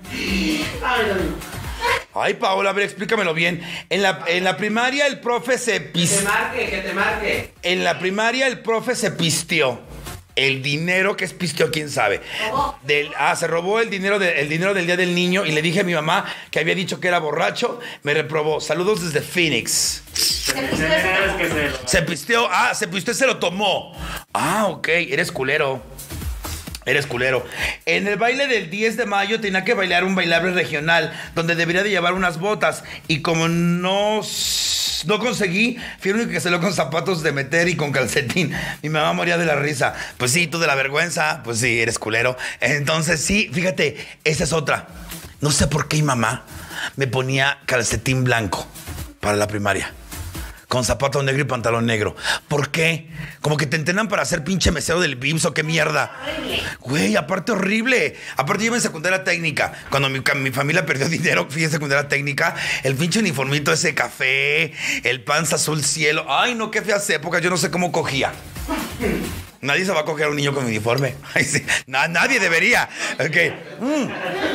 Ay, Paola, a ver, explícamelo bien. En la, en la primaria el profe se Que te pisteó. marque, que te marque. En la primaria el profe se pisteó. El dinero que es pisteó, quién sabe. Del, ah, se robó el dinero, de, el dinero del día del niño y le dije a mi mamá que había dicho que era borracho. Me reprobó. Saludos desde Phoenix. Se pisteó Es ese- que se lo- Se pisteó. Ah, se pisteó y se lo tomó. Ah, ok. Eres culero. Eres culero. En el baile del diez de mayo tenía que bailar un bailable regional donde debería de llevar unas botas y como no, no conseguí, fui el único que salió con zapatos de meter y con calcetín. Mi mamá moría de la risa. Pues sí, tú de la vergüenza. Pues sí, eres culero. Entonces sí, fíjate, esa es otra. No sé por qué mi mamá me ponía calcetín blanco para la primaria. Con zapato negro y pantalón negro. ¿Por qué? Como que te entrenan para ser pinche mesero del V I M S o qué mierda. Güey, aparte horrible. Aparte yo iba en secundaria técnica. Cuando mi, mi familia perdió dinero, fui en secundaria técnica. El pinche uniformito ese café, el panza azul cielo. Ay, no, qué feas épocas. Yo no sé cómo cogía. Nadie se va a coger a un niño con uniforme. Ay, sí. Na- nadie debería. Ok. Mm.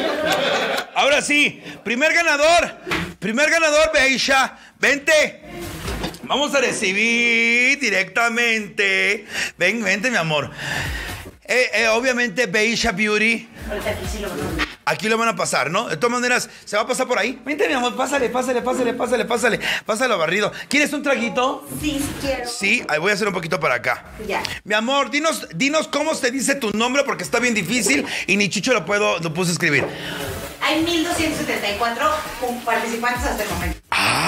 Ahora sí, primer ganador. Primer ganador, Beisha. Vente. Vamos a recibir directamente. Ven, vente, mi amor. Eh, eh, obviamente, Beisha Beauty. Ahorita aquí sí lo conozco. Aquí lo van a pasar, ¿no? De todas maneras, se va a pasar por ahí. Vente, mi amor, pásale, pásale, pásale, pásale, pásale. Pásale barrido. ¿Quieres un traguito? Sí, sí quiero. Sí, ahí voy a hacer un poquito para acá. Ya. Mi amor, dinos, dinos cómo se dice tu nombre porque está bien difícil y ni Chucho lo puedo, lo puse a escribir. Hay mil doscientos setenta y cuatro participantes hasta el momento.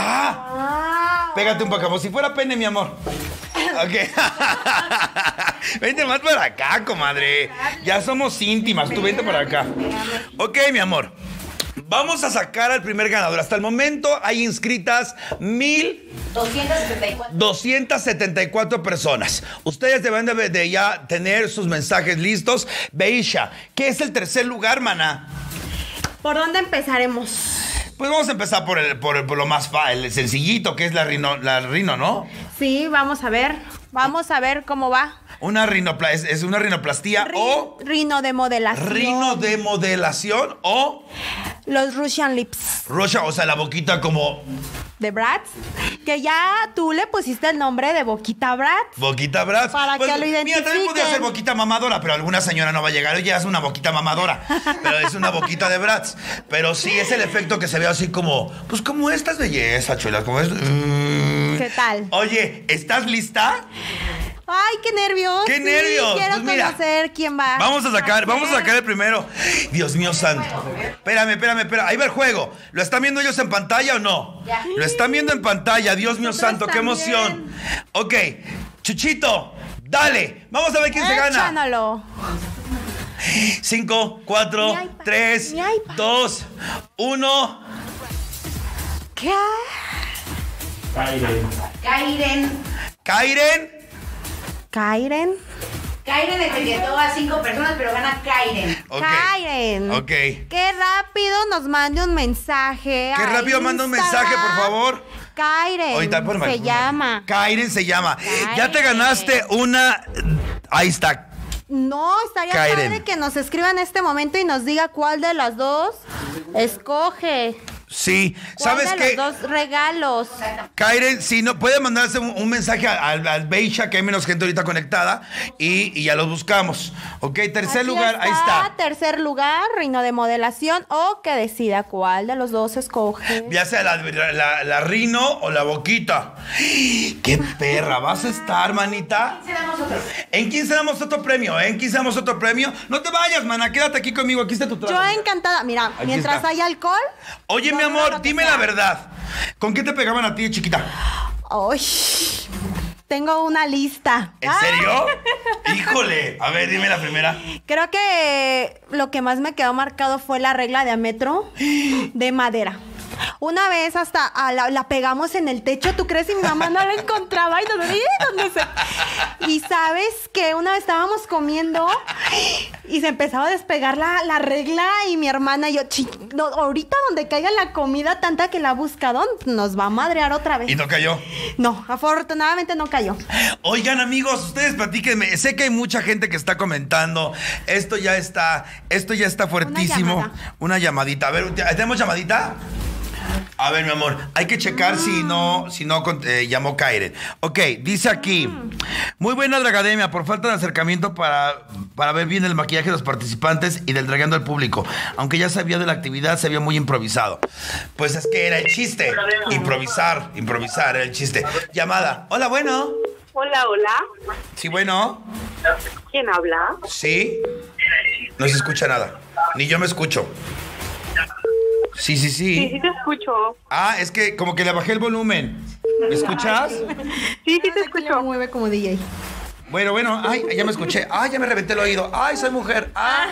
¡Ah! Pégate un poco, como si fuera pene, mi amor. Ok. Vente más para acá, comadre. Ya somos íntimas, tú vente para acá. Ok, mi amor. Vamos a sacar al primer ganador. Hasta el momento hay inscritas mil doscientos setenta y cuatro. doscientas setenta y cuatro personas. Ustedes deben de, de ya tener sus mensajes listos. Beisha, ¿qué es el tercer lugar, maná? ¿Por dónde empezaremos? Pues vamos a empezar por, el, por, el- por lo más fácil, el sencillito, que es la rino, la rino, ¿no? Sí, vamos a ver. Vamos a ver cómo va. Una rinopla es, es una rinoplastía Ri- o Rino de modelación. rino de modelación o Los Russian Lips rocha, o sea, la boquita como de Bratz. Que ya tú le pusiste el nombre de Boquita Bratz. boquita Bratz. Para que lo Mira, también identifiquen. podría ser boquita mamadora, pero alguna señora no va a llegar. Oye, es una boquita mamadora, pero es una boquita de Bratz. Pero sí es el efecto que se ve así como, pues como estas bellezas, chuelas, como es. Mm. ¿Qué tal? Oye, ¿estás lista? ¡Ay, qué nervios! ¡Qué Sí, nervios! quiero Pues mira, conocer quién va. Vamos a sacar, vamos a sacar el primero. Dios mío santo. Espérame, espérame, espérame. Ahí va el juego. ¿Lo están viendo ellos en pantalla o no? Ya. Lo están viendo en pantalla. Dios mío Nosotros santo, qué también. emoción. Ok, Chuchito, dale. Vamos a ver quién se gana. Échanoslo. Cinco, cuatro, Mi iPad, tres, mi iPad. dos, uno. ¿Qué? Kairen. Kairen. Kairen. Kairen. Kairen etiquetó a cinco personas, pero gana Kairen. Ok. Kairen. Ok. Qué rápido nos mande un mensaje. Qué a rápido manda un mensaje, por favor. Kairen. Ahorita, ponme, se ponme. llama. Kairen se llama. Ya te Kairen. ganaste una. Ahí está. No, estaría Kairen. padre que nos escriba en este momento y nos diga cuál de las dos escoge. Sí. ¿Cuál ¿Sabes de qué? los dos regalos? Kairen, si no, puede mandarse un, un mensaje al, al Beisha, que hay menos gente ahorita conectada, y, y ya los buscamos. Ok, tercer Aquí lugar, ahí está. Tercer lugar, reino de modelación, o que decida cuál de los dos escoge. Ya sea la, la, la rino o la boquita. ¡Qué perra! ¿Vas a estar, manita? Se damos otro. ¿En quién se damos otro premio? ¿En quién se damos otro premio? No te vayas, mana, quédate aquí conmigo, aquí está tu trago. Yo encantada. Mira, Aquí mientras está. hay alcohol. Oye, mi yo amor, lo que dime sea. la verdad. ¿Con qué te pegaban a ti de chiquita? Ay, tengo una lista. ¿En Ah, serio? Híjole. A ver, dime la primera. Creo que lo que más me quedó marcado fue la regla de a metro de madera. Una vez hasta a la, la pegamos en el techo, ¿tú crees? Y mi mamá no la encontraba y nos ¿eh? ¿Dónde se? Y sabes que una vez estábamos comiendo y se empezaba a despegar la, la regla y mi hermana y yo, no, ahorita donde caiga la comida tanta que la ha buscado, nos va a madrear otra vez. ¿Y no cayó? No, afortunadamente no cayó. Oigan, amigos, ustedes platíquenme. Sé que hay mucha gente que está comentando. Esto ya está, esto ya está fuertísimo. Una, llamada. Una llamadita. A ver, ¿tenemos llamadita? A ver, mi amor, hay que checar mm. si no, si no eh, llamó Kairen. Ok, dice aquí. Mm. Muy buena Dragademia, por falta de acercamiento para, para ver bien el maquillaje de los participantes y del dragando al público. Aunque ya sabía de la actividad, se vio muy improvisado. Pues es que era el chiste. Improvisar, improvisar era el chiste. Llamada. Hola, bueno. Hola, hola. Sí, bueno. ¿Quién habla? Sí. No se escucha nada. Ni yo me escucho. Sí, sí, sí. Sí, sí te escucho. Ah, es que como que le bajé el volumen. ¿Me escuchas? Sí, sí te escucho. Me mueve como D J. Bueno, bueno. Ay, ya me escuché. Ay, ya me reventé el oído. Ay, soy mujer. Ay,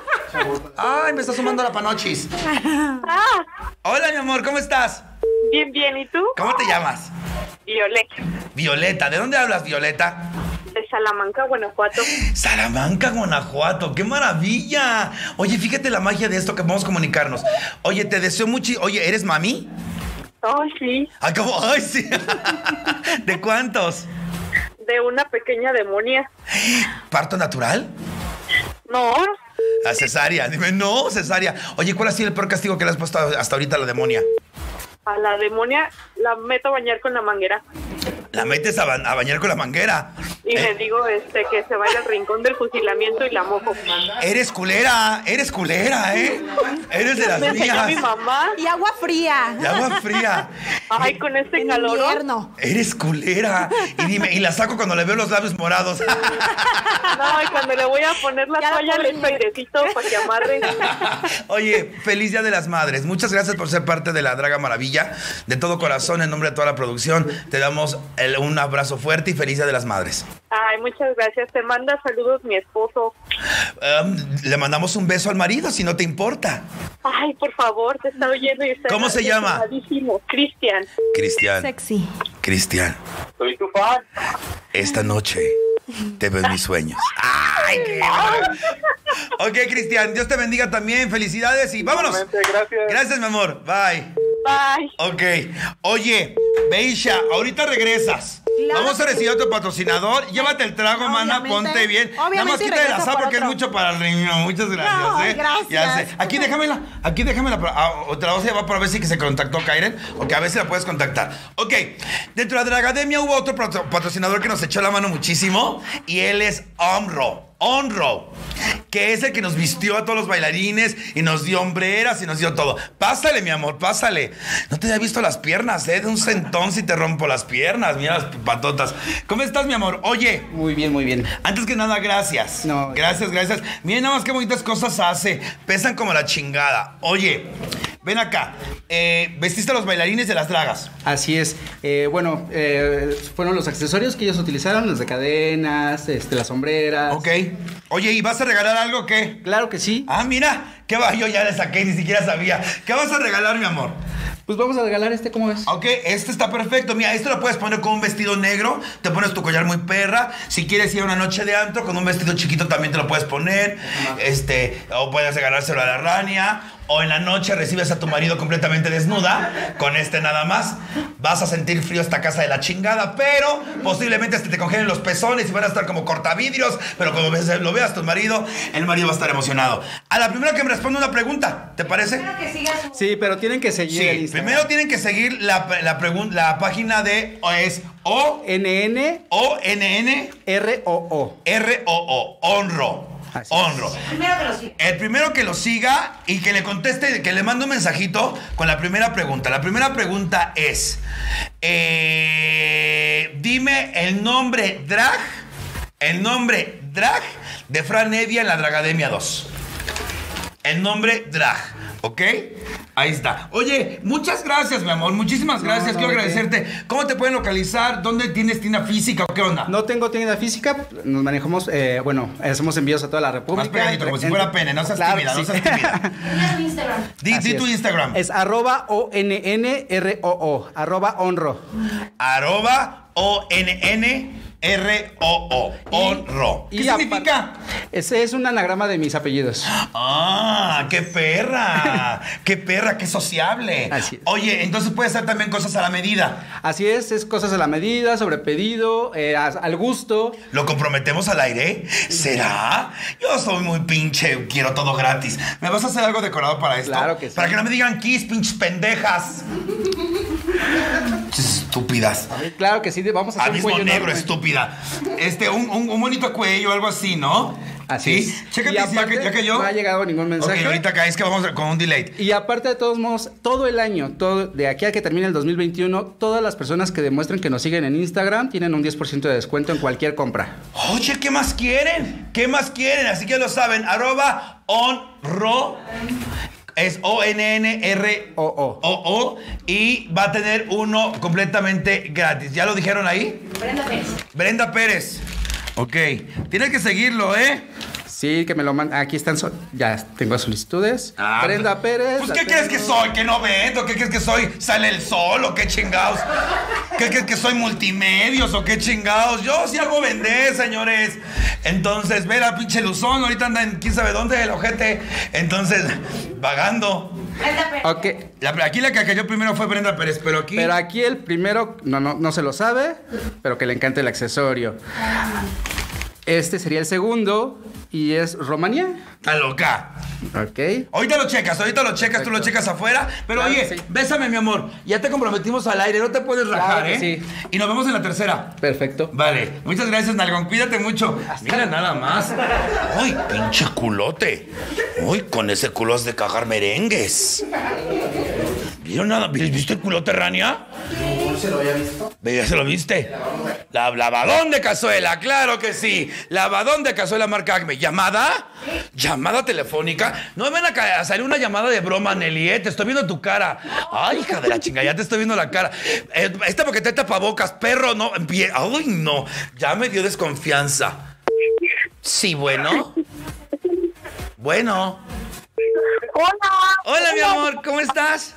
Ay me está sumando la panochis. Ah. Hola, mi amor, ¿cómo estás? Bien, bien. ¿Y tú? ¿Cómo te llamas? Violeta. Violeta. ¿De dónde hablas, Violeta? De Salamanca, Guanajuato. Salamanca, Guanajuato, ¡qué maravilla! Oye, fíjate la magia de esto que vamos a comunicarnos. Oye, te deseo mucho. Oye, ¿eres mami? Ay, sí. Acabo, ay, sí. ¿De cuántos? De una pequeña demonia. ¿Parto natural? No. La cesárea. Dime, no, cesárea. Oye, ¿cuál ha sido el peor castigo que le has puesto hasta ahorita a la demonia? A la demonia la meto a bañar con la manguera. La metes a, ba- a bañar con la manguera. Y eh. le digo este que se vaya al rincón del fusilamiento y la mojo. Eres culera, eres culera, ¿eh? Eres de las Me enseñó mías. mi mamá. Y agua fría. Y agua fría. Ay, con este En calor. invierno. Eres culera. Y dime, y la saco cuando le veo los labios morados. No, y cuando le voy a poner la Ya la toalla le pones. echo airecito para que amarre. Oye, feliz Día de las Madres. Muchas gracias por ser parte de la Draga Maravilla. De todo corazón, en nombre de toda la producción, te damos el, un abrazo fuerte y feliz Día de las Madres. Ay, muchas gracias. Te manda saludos mi esposo. Um, le mandamos un beso al marido, si no te importa. Ay, por favor, te está oyendo y está... ¿Cómo se llama? emocionadísimo. Cristian. Cristian. Sexy. Cristian, Soy tu fan. esta noche te veo en mis sueños. ¡Ay, qué bueno! Ok, Cristian, Dios te bendiga también. Felicidades y vámonos. Igualmente, gracias. Gracias, mi amor. Bye. Bye. Ok. Oye, Beisha, ahorita regresas. Claro Vamos a que recibir a tu patrocinador. Llévate el trago, mana, Obviamente. ponte bien. Nada más Obviamente quita el regreso azar por porque es otro. mucho para el riñón. Muchas gracias, Ay, ¿eh? gracias. Ya sé. Aquí déjamela, aquí déjamela. Ah, o te la vas a llevar para ver si que se contactó Kairen o que a ver si la puedes contactar. Ok, dentro de la Dragademia hubo otro patro- patrocinador que nos echó la mano muchísimo y él es Omro. Onro, que es el que nos vistió a todos los bailarines y nos dio hombreras y nos dio todo. Pásale, mi amor, pásale. No te había visto las piernas, ¿eh? De un centón si te rompo las piernas. Mira las patotas. ¿Cómo estás, mi amor? Oye, Muy bien, muy bien. antes que nada, gracias. No. Gracias, gracias. Miren nada más qué bonitas cosas hace. Pesan como la chingada. Oye, ven acá. Eh, vestiste a los bailarines de las dragas. Así es. Eh, bueno, eh, fueron los accesorios que ellos utilizaron, las de cadenas, este, las sombreras. Ok. Oye, ¿y vas a regalar algo o qué? Claro que sí. Ah, mira. ¿Qué va? Yo ya le saqué, ni siquiera sabía. ¿Qué vas a regalar, mi amor? Pues vamos a regalar este, ¿cómo ves? Ok, este está perfecto. Mira, esto lo puedes poner con un vestido negro. Te pones tu collar muy perra. Si quieres ir a una noche de antro, con un vestido chiquito también te lo puedes poner. Este, o puedes regalárselo a la Rania. O en la noche recibes a tu marido completamente desnuda. Con este nada más. Vas a sentir frío esta casa de la chingada. Pero posiblemente hasta te congelen los pezones y van a estar como cortavidrios. Pero como ves, lo veas tu marido, el marido va a estar emocionado. A la primera que me responda una pregunta, ¿te parece? Espero que sigas su... Sí, pero tienen que seguir el Sí, Instagram. primero tienen que seguir la, la, pregun- la página de o es O N N O N N R O O. R O O Honro. Así es. Honro. Primero que lo sigas. El primero que lo siga y que le conteste, que le mande un mensajito con la primera pregunta. La primera pregunta es: eh, dime el nombre drag, el nombre drag de Fran Evia en la Dragademia dos. El nombre drag, ¿ok? Ahí está. Oye, muchas gracias, mi amor. Muchísimas gracias. No, no, Quiero ¿de agradecerte. ¿Cómo te pueden localizar? ¿Dónde tienes tienda física o qué onda? No tengo tienda física, nos manejamos, eh, bueno, hacemos envíos a toda la República. Más pegadito, como si fuera pene. No seas Claro, tímida, no sí. seas tímida. Mira mi Instagram. Di, Así di tu es. Instagram. Es arroba O N N R O O, arroba honro. Arroba O N N R O O. Honro. ¿Qué Y significa? aparte- Ese es un anagrama de mis apellidos. Ah, qué perra. Qué perra, qué sociable. Así es. Oye, entonces puede hacer también cosas a la medida. Así es, es cosas a la medida, sobre pedido, eh, a- al gusto. ¿Lo comprometemos al aire? ¿Será? Yo soy muy pinche, quiero todo gratis. ¿Me vas a hacer algo decorado para esto? Claro que sí. Para que no me digan kiss, pinches pendejas. Pinches estúpidas. Claro que sí, vamos a hacer Al un mismo cuello negro, enorme. estúpida. Este, un, un, un bonito cuello, algo así, ¿no? Así ¿Sí? es. Chécate Y si ya, aparte, que- ya cayó. no ha llegado ningún mensaje. Ok, ahorita cae, es que vamos con un delay. Y aparte de todos modos, todo el año, todo, de aquí a que termine el dos mil veintiuno, todas las personas que demuestren que nos siguen en Instagram tienen un diez por ciento de descuento en cualquier compra. Oye, ¿qué más quieren? ¿Qué más quieren? Así que lo saben, arroba onro. Es O N N R O O. O O y va a tener uno completamente gratis. ¿Ya lo dijeron ahí? Brenda Pérez. Brenda Pérez. Ok. Tienes que seguirlo, ¿eh? Sí, que me lo mandan. Aquí están, so- ya tengo solicitudes. Ah, Brenda Pérez. Pues, la ¿qué crees tengo. que soy? ¿Que no vendo? ¿Qué crees que soy? ¿Sale el sol o qué chingados? ¿Qué crees que soy multimedios o qué chingados? Yo sí hago vender, señores. Entonces, ve la pinche Luzón, ahorita anda en quién sabe dónde, el ojete. Entonces, vagando. Brenda Pérez. Ok, La- aquí la que cayó primero fue Brenda Pérez, pero aquí... pero aquí el primero, no, no, no se lo sabe, pero que le encanta el accesorio. Este sería el segundo y es Romania. Está loca. Ok. Ahorita lo checas, ahorita lo checas, tú lo checas afuera. Pero Claro oye, que sí. bésame, mi amor. Ya te comprometimos al aire, no te puedes rajar, Claro que ¿eh? sí. Y nos vemos en la tercera. Perfecto. Vale, muchas gracias, Nalgón. Cuídate mucho. Mira nada más. Uy, pinche culote. Uy, con ese culo has de cagar merengues. ¿Vieron nada? ¿Viste el culote, Rania? ¿No se lo había visto? Ve, ¿ya se lo viste? La, lavadón de cazuela, claro que sí. Lavadón de cazuela marca Acme. ¿Llamada? ¿Llamada telefónica? No me van a, ca- a salir una llamada de broma, Nelly, ¿eh? Te estoy viendo tu cara. Ay, hija de la chinga, ya te estoy viendo la cara. Eh, esta porque te tapabocas, perro, no. empie- Ay, no. Ya me dio desconfianza. Sí, bueno. Bueno. Hola. Hola, mi amor, ¿cómo estás?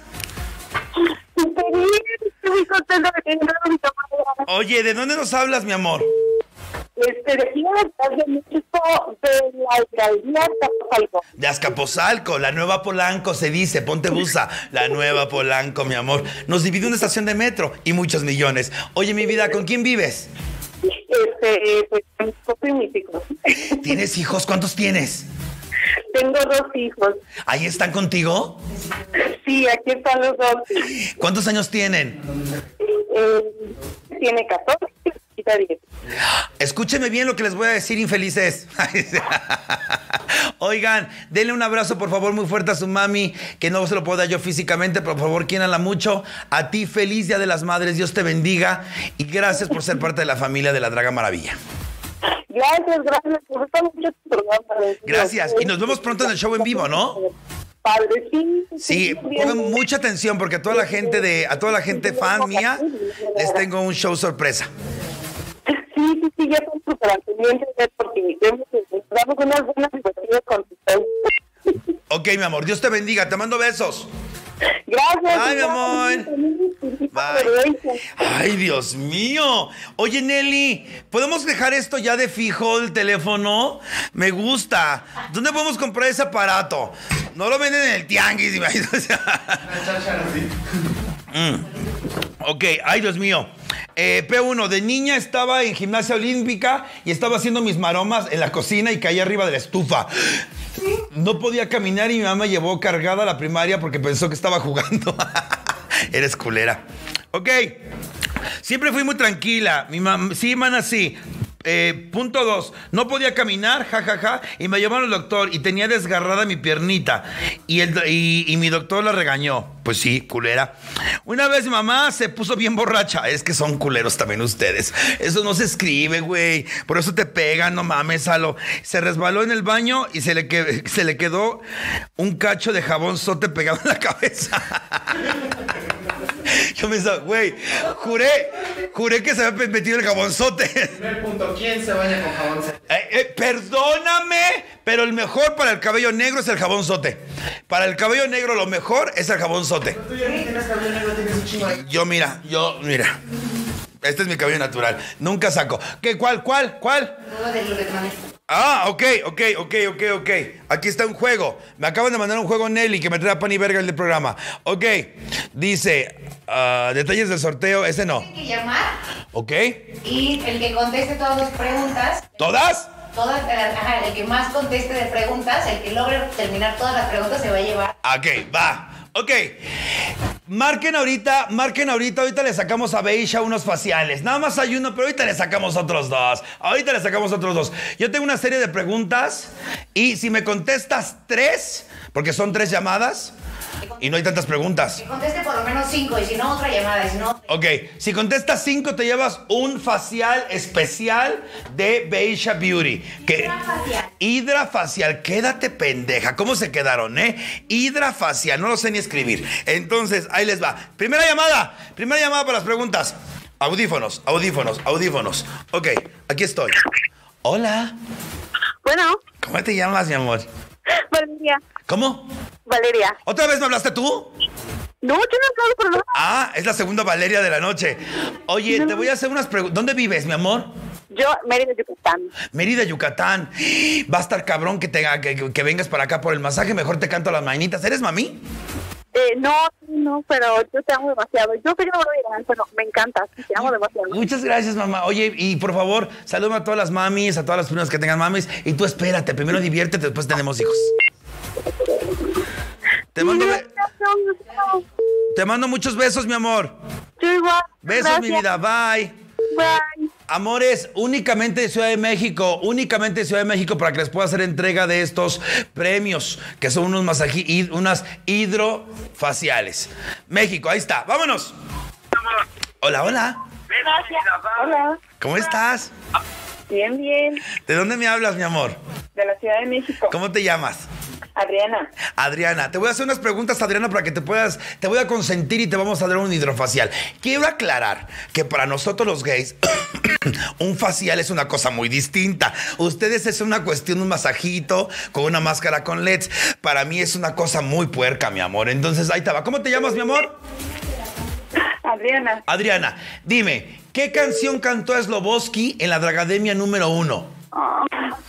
Súper bien, estoy muy contenta de tener a mi mamá. Oye, ¿de dónde nos hablas, mi amor? Este, de aquí de Estado de México, de la alcaldía de Azcapotzalco. De Azcapotzalco, la nueva Polanco se dice, ponte busa, la nueva Polanco, mi amor. Nos divide una estación de metro y muchos millones. Oye, mi vida, ¿con quién vives? Este, pues, mi esposo y mis hijos. ¿Tienes hijos? ¿Cuántos tienes? Tengo dos hijos. ¿Ahí están contigo? Sí, aquí están los dos. ¿Cuántos años tienen? Eh, tiene catorce y diez. Escúchenme bien lo que les voy a decir, infelices. Oigan, denle un abrazo, por favor, muy fuerte a su mami, que no se lo puedo dar yo físicamente, pero por favor, quiéranla mucho. A ti, feliz Día de las Madres, Dios te bendiga y gracias por ser parte de la familia de la Draga Maravilla. Gracias, gracias. Me gusta mucho tu programa. Gracias, y nos vemos pronto en el show en vivo, ¿no? Padre, sí. Sí, pongan mucha atención porque a toda la gente de, a toda la gente fan mía les tengo un show sorpresa. Sí, sí, sí, ya son súper al pendiente porque hemos damos unas buenas situaciones con ustedes. Ok, mi amor, Dios te bendiga, te mando besos. Gracias. Ay, mi amor. Bye. Ay, Dios mío. Oye, Nelly, ¿podemos dejar esto ya de fijo el teléfono? Me gusta. ¿Dónde podemos comprar ese aparato? No lo venden en el tianguis, imagínate. Mm. Ok, ay, Dios mío. Eh, P uno, de niña estaba en gimnasia olímpica y estaba haciendo mis maromas en la cocina y caí arriba de la estufa. No podía caminar y mi mamá me llevó cargada a la primaria porque pensó que estaba jugando. Eres culera. Ok. Siempre fui muy tranquila. Mi mamá, sí, mana, sí. Eh, punto dos, no podía caminar, jajaja, ja, ja, y me llevaron al doctor y tenía desgarrada mi piernita y, el, y, y mi doctor la regañó. Pues sí, culera. Una vez mi mamá se puso bien borracha. Es que son culeros también ustedes. Eso no se escribe, güey. Por eso te pegan, no mames, Salo. Se resbaló en el baño y se le, que, se le quedó un cacho de jabón sote pegado en la cabeza. Yo me pensaba, güey, juré, juré que se había metido el jabonzote. Primer punto, ¿quién se baña con jabón? Eh, eh, perdóname, pero el mejor para el cabello negro es el jabonzote. Para el cabello negro lo mejor es el jabonzote. Tú ya no tienes cabello negro, tienes un chingo ahí. Yo, mira, yo, mira. Este es mi cabello natural. Nunca saco. ¿Qué? ¿Cuál? ¿Cuál? ¿Cuál? Todo de lo que te mandé. Ah, ok, ok, ok, ok, ok. Aquí está un juego. Me acaban de mandar un juego Nelly que me trae a pan y verga el del programa. Ok. Dice, uh, detalles del sorteo. Ese no. Tienen que llamar Ok. y el que conteste todas las preguntas, ¿Todas? todas, ajá, el que más conteste de preguntas, el que logre terminar todas las preguntas se va a llevar. Ok, va. Ok. Marquen ahorita, marquen ahorita, ahorita le sacamos a Beisha unos faciales. Nada más hay uno, pero ahorita le sacamos otros dos. Ahorita le sacamos otros dos. Yo tengo una serie de preguntas y si me contestas tres, porque son tres llamadas y no hay tantas preguntas. Que conteste por lo menos cinco y si no otra llamada, y si no... Ok, si contestas cinco te llevas un facial especial de Beisha Beauty. Que, Hidrafacial. Hidrafacial, quédate pendeja. ¿Cómo se quedaron, eh? Hidrafacial, no lo sé ni escribir. Entonces, ahí les va. Primera llamada, primera llamada para las preguntas. Audífonos, audífonos, audífonos. Ok, aquí estoy. Hola. Bueno, ¿Cómo te llamas, mi amor? Valeria. ¿Cómo? Valeria. ¿Otra vez me hablaste tú? No, yo no hablo por nada. Ah, es la segunda Valeria de la noche. Oye, te voy a hacer unas preguntas. ¿Dónde vives, mi amor? Yo, Mérida, Yucatán. Mérida, Yucatán. Va a estar cabrón que, te, que, que vengas para acá por el masaje. Mejor te canto las mañanitas. ¿Eres mami? Eh, no, no, pero yo te amo demasiado. Yo que yo no lo dirán, pero me encanta. Te amo demasiado. Muchas gracias, mamá. Oye, y por favor, saluda a todas las mamis, a todas las primas que tengan mamis. Y tú espérate, primero diviértete, después tenemos hijos. Te mando, be- te mando muchos besos, mi amor. Yo igual. Besos, Gracias. mi vida. Bye. Bye. Amores, únicamente de Ciudad de México, únicamente de Ciudad de México para que les pueda hacer entrega de estos premios, que son unos masaji, hid- unas hidrofaciales. México, ahí está, vámonos. Hola, hola. Gracias. Hola. ¿Cómo estás? Bien, bien. ¿De dónde me hablas, mi amor? De la Ciudad de México. ¿Cómo te llamas? Adriana. Adriana, te voy a hacer unas preguntas, Adriana, para que te puedas, te voy a consentir y te vamos a dar un hidrofacial. Quiero aclarar que para nosotros los gays, un facial es una cosa muy distinta. Ustedes es una cuestión, un masajito con una máscara con L E Ds. Para mí es una cosa muy puerca, mi amor. Entonces, ahí te va. ¿Cómo te llamas, mi amor? Adriana. Adriana, dime, ¿qué canción cantó Slobodsky en la Dragademia número uno? Oh.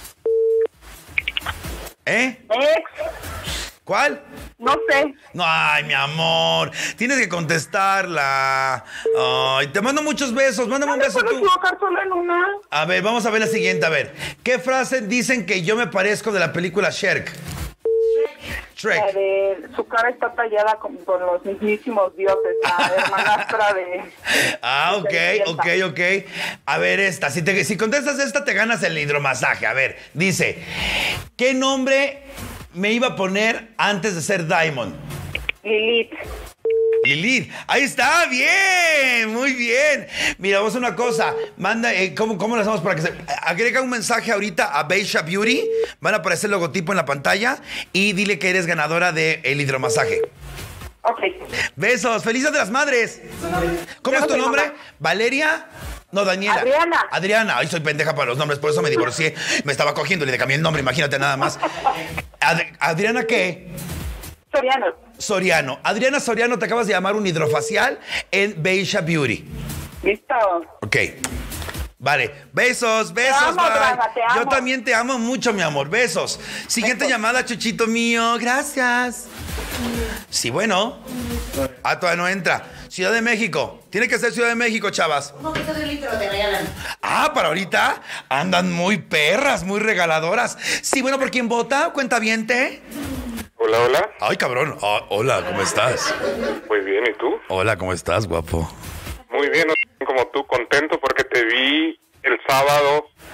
¿Eh? Ex. ¿Cuál? No sé. No, ay, mi amor. Tienes que contestarla. Ay, te mando muchos besos. Mándame un beso ¿Puedo tú. equivocar solo en una? A ver, vamos a ver la siguiente. A ver. ¿Qué frase dicen que yo me parezco de la película Shrek? La Shrek. de su cara está tallada con, con los mismísimos dioses, la hermanastra de... Ah, ok, de ok, ok. A ver, esta. Si, te, si contestas esta, te ganas el hidromasaje. A ver, dice: ¿qué nombre me iba a poner antes de ser Diamond? Lilith. Lilith, ahí está, bien, muy bien. Mira, vamos a hacer una cosa. Manda, eh, ¿cómo, ¿cómo lo hacemos para que se... Agrega un mensaje ahorita a Beisha Beauty. Van a aparecer el logotipo en la pantalla. Y dile que eres ganadora del hidromasaje. Ok. Besos, felices de las madres. ¿Cómo es tu nombre? ¿Valeria? No, Daniela. Adriana. Adriana. Ay, soy pendeja para los nombres, por eso me divorcié. Me estaba cogiendo y le cambié el nombre, imagínate nada más. Ad- ¿Adriana qué? Soriano. Soriano. Adriana Soriano, te acabas de llamar un hidrofacial en Beisha Beauty. Listo. Ok. Vale. Besos, besos, amo, bye. Draga, te amo. Yo también te amo mucho, mi amor. Besos. Siguiente llamada, chuchito mío. Gracias. Sí, bueno. Ah, todavía no entra. Ciudad de México. Tiene que ser Ciudad de México, chavas. Un poquito de un litro te regalan. Ah, para ahorita andan muy perras, muy regaladoras. Sí, bueno, ¿por quién vota? ¿Cuentaviente? Hola, hola. Ay, cabrón. Ah, hola, ¿cómo estás? Muy bien, ¿y tú? Hola, ¿cómo estás, guapo? Muy bien, como tú, contento porque te vi el sábado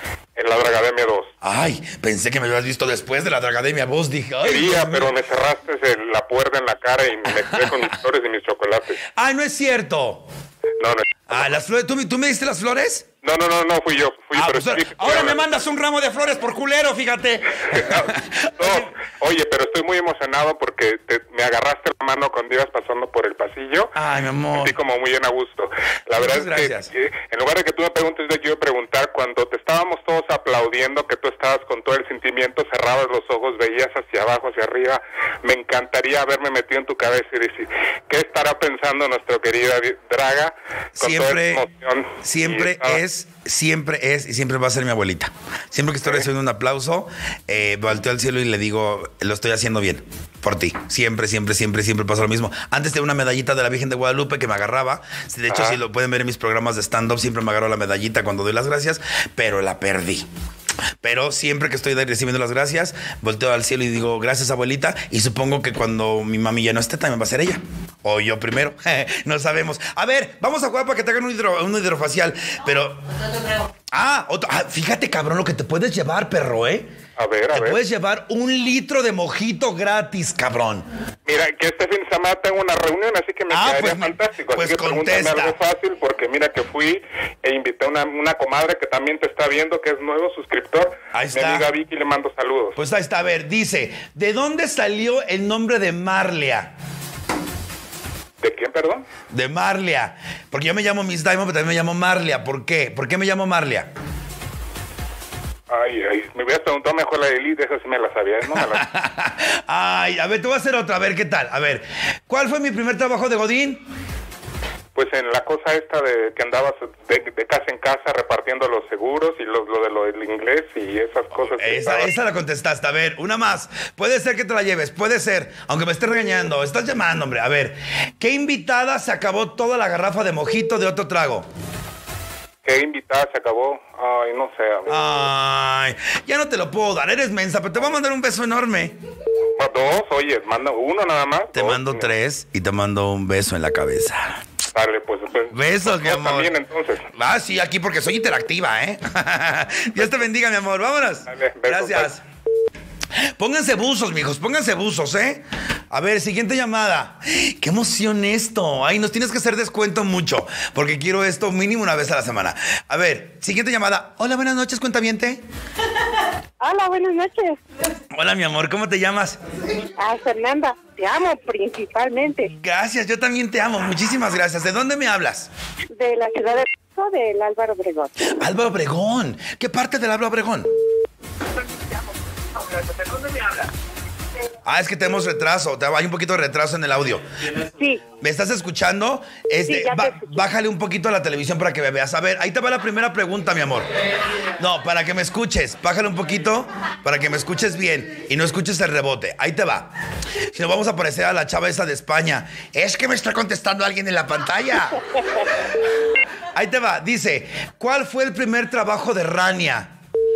la Dragademia dos. Ay, pensé que me habías visto después de la Dragademia Voz. Dije, ay. Quería, pero me cerraste el- la puerta en la cara y me quedé con mis flores y mis chocolates. Ay, no es cierto. No, no. Ah, las flores. ¿Tú, me- ¿Tú me diste las flores? No, no, no, no, fui yo. Fui, Ah, pero pues, sí, ahora sí, me sí. mandas un ramo de flores por culero, fíjate. No, oye, pero estoy muy emocionado porque te- me agarraste la mano cuando ibas pasando por el pasillo. Ay, mi amor. Así como muy bien a gusto. La verdad Muchas es gracias. que, que en lugar de que tú me preguntes, yo quiero preguntar, cuando te estábamos todos aplaudiendo, que tú estabas con todo el sentimiento, cerrabas los ojos, veías hacia abajo, hacia arriba, me encantaría haberme metido en tu cabeza y decir, ¿qué estará pensando nuestra querida Draga? Con Siempre, toda esa emoción? siempre Y estaba- es, siempre es y siempre va a ser mi abuelita. Siempre que estoy recibiendo un aplauso, eh, volteo al cielo y le digo, lo estoy haciendo bien por ti. Siempre, siempre, siempre, siempre pasa lo mismo. Antes tenía una medallita de la Virgen de Guadalupe que me agarraba. De hecho, Ajá. si lo pueden ver en mis programas de stand-up, siempre me agarro la medallita cuando doy las gracias, pero la perdí. Pero siempre que estoy recibiendo las gracias, volteo al cielo y digo, gracias, abuelita. Y supongo que cuando mi mami ya no esté, también va a ser ella. O yo primero. No sabemos. A ver, vamos a jugar para que te hagan un, hidro- un hidrofacial. Pero. Otro trago. Ah, otro- ah, fíjate, cabrón, lo que te puedes llevar, perro, ¿eh? A ver, a Te ver. puedes llevar un litro de mojito gratis, cabrón. Mira, que este fin de semana tengo una reunión, así que me Ah, quedaría pues me- fantástico. pues así que pregúntame contesta. algo fácil, porque mira que fui e invité a una, una comadre que también te está viendo, que es nuevo suscriptor. Ahí Mi está. amiga Vicky, le mando saludos. Pues ahí está, a ver, dice, ¿de dónde salió el nombre de Marlia? ¿De quién, perdón? De Marlia. Porque yo me llamo Miss Diamond, pero también me llamo Marlia. ¿Por qué? ¿Por qué me llamo Marlia? Ay, ay, me hubieras preguntado mejor la de Elite, esa sí me la sabía, no me la... Ay, a ver, te voy a hacer otra, a ver qué tal. A ver, ¿cuál fue mi primer trabajo de Godín? Pues en la cosa esta de que andabas de, de casa en casa repartiendo los seguros y lo, lo de lo del inglés y esas cosas. que Esa, estabas- esa la contestaste. A ver, una más. Puede ser que te la lleves, puede ser. Aunque me estés regañando, estás llamando, hombre. A ver, ¿qué invitada se acabó toda la garrafa de mojito de otro trago? ¿Qué invitada se acabó? Ay, no sé, amigo. Ay, ya no te lo puedo dar, eres mensa, pero te voy a mandar un beso enorme. Dos, oye, manda uno nada más. Te Dos, mando no. tres y te mando un beso en la cabeza. Dale, pues. pues Besos, mi dos amor. también, entonces. Ah, sí, aquí porque soy interactiva, ¿eh? Dios te bendiga, mi amor. Vámonos. Dale, besos, Gracias. Pónganse buzos, mijos, pónganse buzos, ¿eh? A ver, siguiente llamada. ¡Qué emoción esto! Ay, nos tienes que hacer descuento mucho, porque quiero esto mínimo una vez a la semana. A ver, siguiente llamada. Hola, buenas noches, cuentaviente. Hola, buenas noches. Hola, mi amor, ¿cómo te llamas? Ah, Fernanda, te amo principalmente. Gracias, yo también te amo. Muchísimas gracias. ¿De dónde me hablas? De la ciudad de del Álvaro Obregón. Álvaro Obregón. ¿Qué parte del Álvaro Obregón? Ah, es que tenemos retraso. Hay un poquito de retraso en el audio. Sí. ¿Me estás escuchando? Este, Sí, ya te ba- escucho. bájale un poquito a la televisión para que me veas. A ver, ahí te va la primera pregunta, mi amor. No, para que me escuches. Bájale un poquito para que me escuches bien y no escuches el rebote. Ahí te va. Si no, vamos a parecer a la chava esa de España. Es que me está contestando alguien en la pantalla. Ahí te va. Dice, ¿cuál fue el primer trabajo de Rania?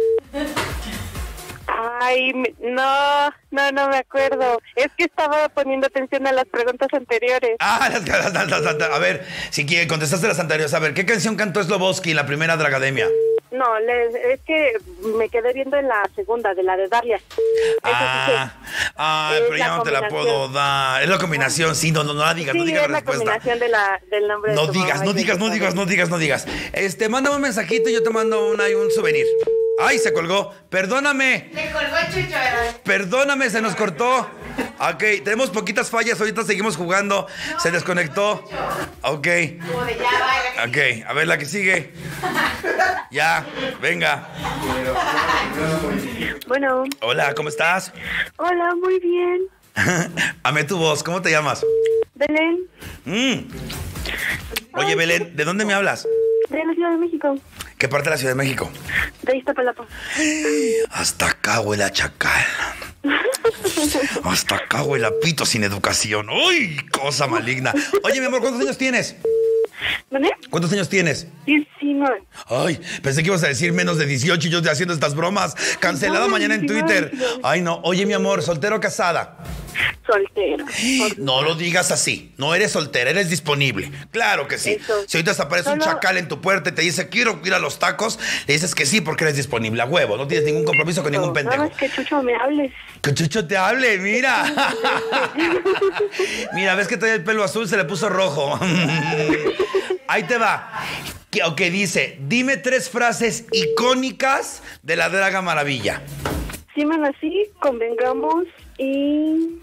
Ay, me- no, no, no me acuerdo. Es que estaba poniendo atención a las preguntas anteriores. Ah, las, las- las- las- las- a ver, si quiere, contestaste las anteriores. A ver, ¿qué canción cantó Sloboski en la primera Dragademia? No, le- es que me quedé viendo en la segunda, de la de Dalia. Esa Ah, ay, Es pero ya la no te la combinación. puedo dar. Es la combinación, sí, no, no, no la digas, sí, no sí, digas es la la respuesta. combinación de la, del nombre No de tu digas, mamá no y de digas, tu no digas, padre. no digas, no digas. Este, mándame un mensajito y yo te mando una y un souvenir. Ay, se colgó. Perdóname, Le colgó Chucho, ¿verdad? perdóname, se nos cortó. Ok, tenemos poquitas fallas, ahorita seguimos jugando. Se desconectó. Ok, Como de ya va. ok, a ver la que sigue. Ya, venga. Bueno, Hola, ¿cómo estás? hola, muy bien. Amé tu voz, ¿cómo te llamas? Belén, Mm. Oye, Belén, ¿de dónde me hablas? de la Ciudad de México, ¿Qué parte de la Ciudad de México? de Iztapalapa. Hasta acá huele a chacal. Hasta acá huele a pito sin educación. ¡Uy! Cosa maligna. Oye, mi amor, ¿cuántos años tienes? ¿Dónde? ¿Cuántos años tienes? diecinueve. Ay, pensé que ibas a decir menos de dieciocho y yo estoy haciendo estas bromas. Cancelado No, mañana en diecinueve, Twitter. Ay, no. Oye, mi amor, ¿soltero o casada? Soltera. No lo digas así. No eres soltera, eres disponible. Claro que sí. Eso. Si ahorita aparece Solo- un chacal en tu puerta y te dice, quiero ir a los tacos, le dices que sí porque eres disponible. A huevo, no tienes ningún compromiso con ningún Nada pendejo. más que Chucho me hables. Que Chucho te hable, mira. Mira, ves que trae el pelo azul, se le puso rojo. Ahí te va. Que, ok, dice, dime tres frases icónicas de la Draga Maravilla. Sí, man, así, convengamos y...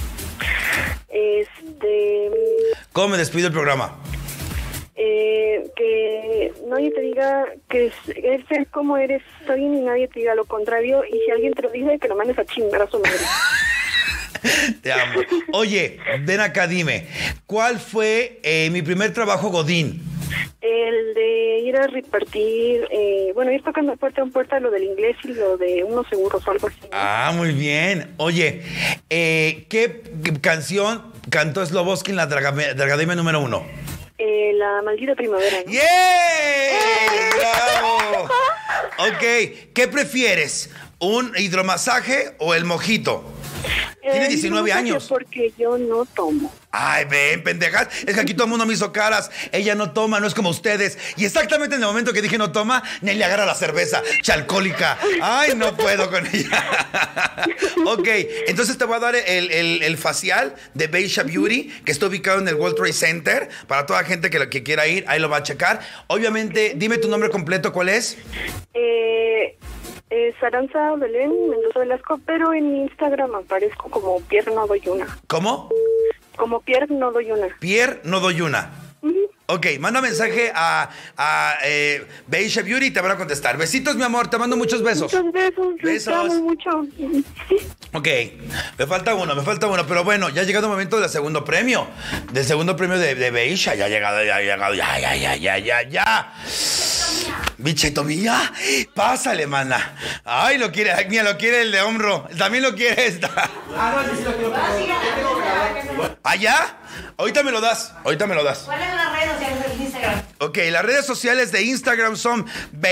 Este... ¿Cómo me despido el programa? Eh, que nadie te diga que es, es ser como eres, está bien, y nadie te diga lo contrario. Y si alguien te lo dice, que lo mandes a chingar a su madre. Te amo. Oye, ven acá, dime, ¿cuál fue eh, mi primer trabajo godín? El de ir a repartir, eh, bueno, ir tocando puerta en puerta lo del inglés y lo de unos seguros o algo así. Ah, muy bien. Oye, eh, ¿qué, qué canción cantó Sloboski en la Draga- Dragademia número uno? Eh, la maldita primavera, ¿no? ¡Yeah! ¡Bravo! Ok, ¿qué prefieres? ¿Un hidromasaje o el mojito? Tienes Eh, diecinueve no sé, años. Porque yo no tomo. Ay, ven, pendejas. Es que aquí todo el mundo me hizo caras. Ella no toma, no es como ustedes. Y exactamente en el momento que dije no toma, Nelly agarra la cerveza. Chalcólica. Ay, no puedo con ella. Ok, entonces te voy a dar el, el, el facial de Beisha Beauty, que está ubicado en el World Trade Center. Para toda gente que, que quiera ir, ahí lo va a checar. Obviamente, dime tu nombre completo, ¿cuál es? Eh... Eh, Saranza Belén Mendoza Velasco, pero en Instagram aparezco como Pierre No Doy Una. ¿Cómo? Como Pierre No Doy Una. Pierre No Doy Una. Uh-huh. Ok, manda mensaje a, a eh, Beisha Beauty y te van a contestar. Besitos, mi amor, te mando muchos besos. Muchos besos. Besos. Te amo mucho. Ok, me falta uno, me falta uno, pero bueno, ya ha llegado el momento del segundo premio. Del segundo premio de, de Beisha, ya ha llegado, ya ha llegado, ya, ya, ya, ya, ya, ya. Bichetomía, pásale, mana. Ay, lo quiere, ay, mira, lo quiere el de hombro. También lo quiere esta. Ah, no, sí, sí lo quiero. Pero... ¿Allá? Ahorita me lo das, ahorita me lo das. ¿Cuáles son las redes sociales de Instagram? Ok, las redes sociales de Instagram son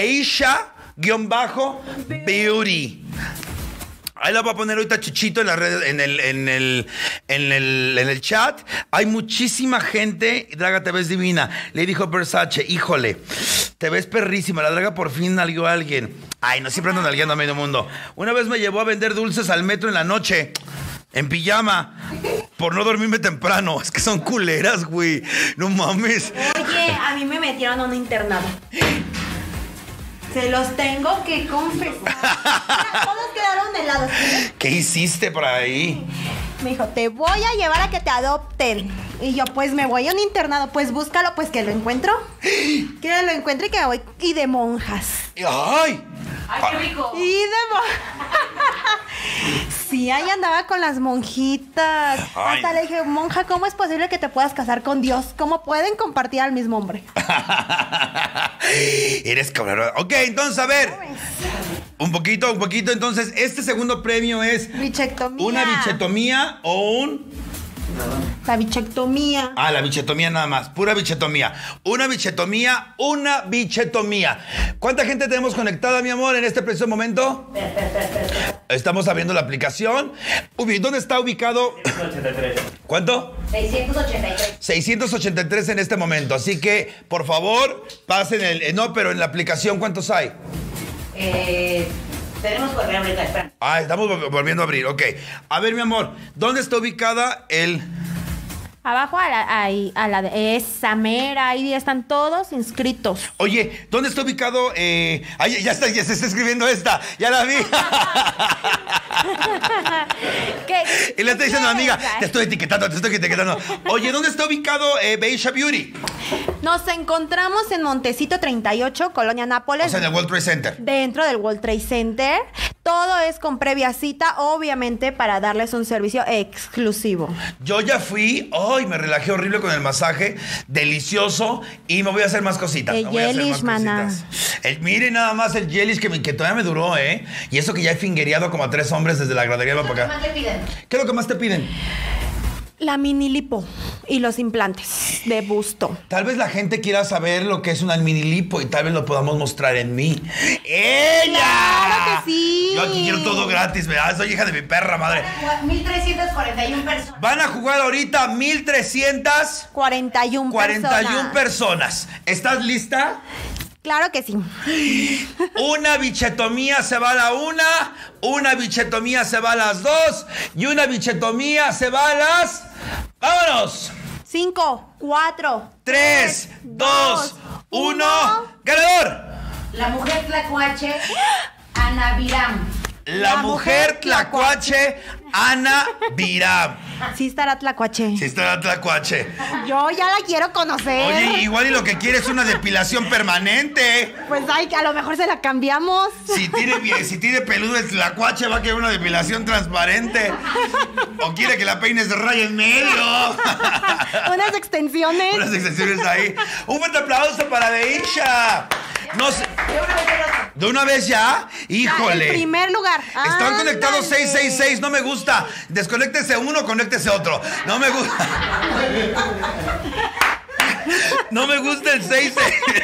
Beisha-Beauty. Ahí la voy a poner ahorita Chuchito en la red, en el, en el, en el, en el chat. Hay muchísima gente. Draga, te ves divina. Le dijo Versace, híjole, te ves perrísima. La Draga por fin nalgueó a alguien. Ay, no, siempre ando nalgueando a medio mundo. Una vez me llevó a vender dulces al metro en la noche, en pijama, por no dormirme temprano. Es que son culeras, güey. No mames. Oye, a mí me metieron a un internado. Se los tengo que confesar. Todos quedaron helados. ¿Qué hiciste por ahí? Me dijo, te voy a llevar a que te adopten. Y yo, pues me voy a un internado. Pues búscalo, pues que lo encuentro. Que lo encuentre y que me voy. Y de monjas. ¡Ay! ¡Ay, qué rico! Y de monjas. Sí, ahí andaba con las monjitas. Ay. Hasta le dije, monja, ¿cómo es posible que te puedas casar con Dios? ¿Cómo pueden compartir al mismo hombre? Eres cabrón. Ok, entonces, a ver. Un poquito, un poquito. Entonces, este segundo premio es Bichectomía. una bichetomía o un... La bichectomía. Ah, la bichetomía nada más. Pura bichetomía. Una bichetomía, una bichetomía. ¿Cuánta gente tenemos conectada, mi amor, en este preciso momento? Estamos abriendo la aplicación. Uy, ¿dónde está ubicado? ochenta y tres. ¿Cuánto? seiscientos ochenta y tres. seiscientos ochenta y tres en este momento. Así que, por favor, pasen el... eh, No, pero en la aplicación, ¿cuántos hay? Eh, tenemos correo ahorita, espera. Ah, estamos vol- volviendo a abrir. Ok. A ver, mi amor, ¿dónde está ubicada el... Abajo a la, ahí, a la de esa mera, ahí están todos inscritos. Oye, ¿dónde está ubicado? Eh... Ay, ya está, ya se está escribiendo esta. Ya la vi. ¿Qué? Y le está diciendo a la amiga, te estoy etiquetando, te estoy etiquetando. Oye, ¿dónde está ubicado eh, Beisha Beauty? Nos encontramos en Montecito treinta y ocho, Colonia Nápoles. O sea, en el World Trade Center. Dentro del World Trade Center. Todo es con previa cita, obviamente, para darles un servicio exclusivo. Yo ya fui, ay, me relajé horrible con el masaje, delicioso, y me voy a hacer más cositas. El me voy a hacer gelish, más maná. cositas. El, mire nada más el gelish que, me- que todavía me duró, ¿eh? Y eso que ya he fingereado como a tres hombres desde la gradería ¿Qué para más acá. te piden? ¿Qué es lo que más te piden? La mini lipo. Y los implantes de busto. Tal vez la gente quiera saber lo que es una mini lipo y tal vez lo podamos mostrar en mí. ¡Ella! ¡Claro que sí! Yo aquí quiero todo gratis, ¿verdad? Soy hija de mi perra madre. mil trescientas cuarenta y una personas. Van a jugar ahorita mil trescientas cuarenta y una cuarenta y una personas. personas. ¿Estás lista? Claro que sí. Una bichetomía se va a la una, una bichetomía se va a las dos y una bichetomía se va a las... ¡Vámonos! Cinco, cuatro, Tres, dos, uno. ¡Ganador! La mujer tlacuache, Ana Viram. La, La mujer mujer tlacuache, Ana Viram. Sí estará tlacuache. Sí está la tlacuache. Yo ya la quiero conocer. Oye, igual y lo que quiere es una depilación permanente. Pues ay, a lo mejor se la cambiamos. Si tiene, bien- si tiene peludo el tlacuache, va a querer una depilación transparente. O quiere que la peines de raya en medio. Unas extensiones. Unas extensiones ahí. Un fuerte aplauso para Deisha. No sé. ¿De una vez ya? Híjole. El primer lugar. Están conectados Ándale. seis seis seis, no me gusta. Desconéctese uno, conéctese otro. No me gusta. No me gusta el seis seis.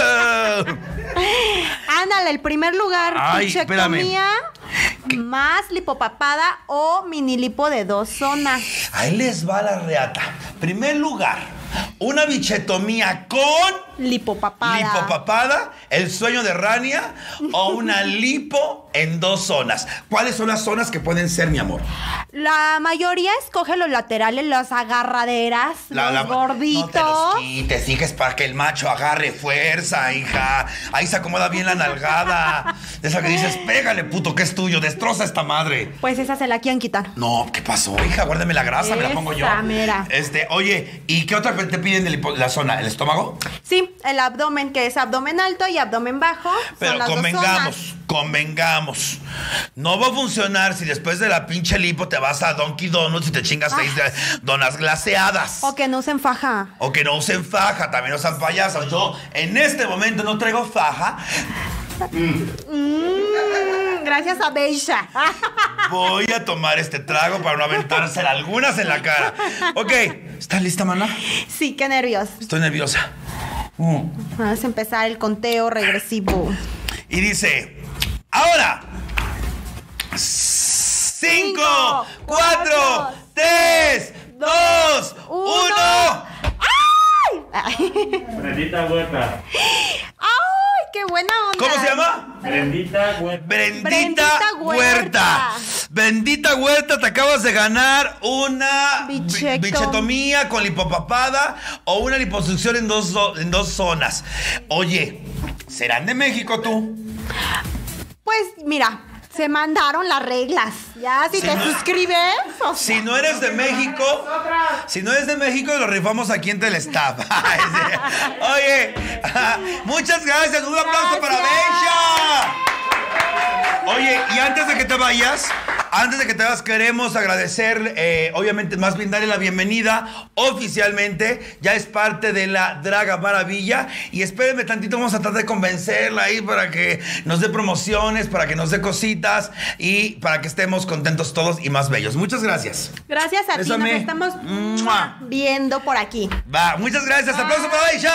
Ándale, el primer lugar. Ay, bichectomía más lipopapada o mini lipo de dos zonas. Ahí les va la reata. Primer lugar, una bichetomía con Lipopapada. lipopapada, el sueño de Rania o una lipo en dos zonas. ¿Cuáles son las zonas que pueden ser, mi amor? La mayoría escoge los laterales, las agarraderas, La- los la- gorditos. No te los quites, hija, es para que el macho agarre fuerza, hija. Ahí se acomoda bien la nalgada. De esa que dices, pégale, puto, que es tuyo, destroza esta madre. Pues esa se la quieren quitar. No, ¿qué pasó, hija? Guárdame la grasa, me la pongo yo. Esa mera. Este, oye, ¿y qué otra te piden de lipo- la zona? ¿El estómago? Sí, el abdomen, que es abdomen alto y abdomen bajo. son Pero las dos convengamos, zonas. convengamos. No va a funcionar si después de la pinche lipo te vas a Donkey Donuts y te chingas seis de- donas glaseadas. O que no usen faja. O que no usen faja, también no sean payasos. Yo en este momento no traigo faja. Mm, gracias a Beisha. Voy a tomar este trago para no aventársela algunas en la cara. Ok, ¿estás lista, mana? Sí, qué nervios. Estoy nerviosa. Mm. Vamos a empezar el conteo regresivo. Y dice, ahora, cinco, cuatro, tres, dos, uno. ¡Ay! Brendita Huerta. ¡Ay, qué buena onda! ¿Cómo se llama? Brendita Huerta. Brendita, Brendita Huerta. Huerta. Bendita Huerta, te acabas de ganar una bi- Bichectom- bichetomía con lipopapada o una liposucción en dos, zo- en dos zonas. Oye, ¿serán de México tú? Pues mira, se mandaron las reglas. Ya, si Si te no- suscribes. o sea, Si no eres de México, si no eres de México, lo rifamos aquí en Telestaff. Oye, muchas gracias. Un aplauso para Beisha. Oye, y antes de que te vayas, antes de que te vayas, queremos agradecer, eh, obviamente, más bien darle la bienvenida oficialmente. Ya es parte de la Draga Maravilla. Y espérenme tantito, vamos a tratar de convencerla ahí para que nos dé promociones, para que nos dé cositas y para que estemos contentos todos y más bellos. Muchas gracias. Gracias a ti, Bésame. nos estamos ¡Mua! viendo por aquí. Va, muchas gracias. Aplauso para Aisha.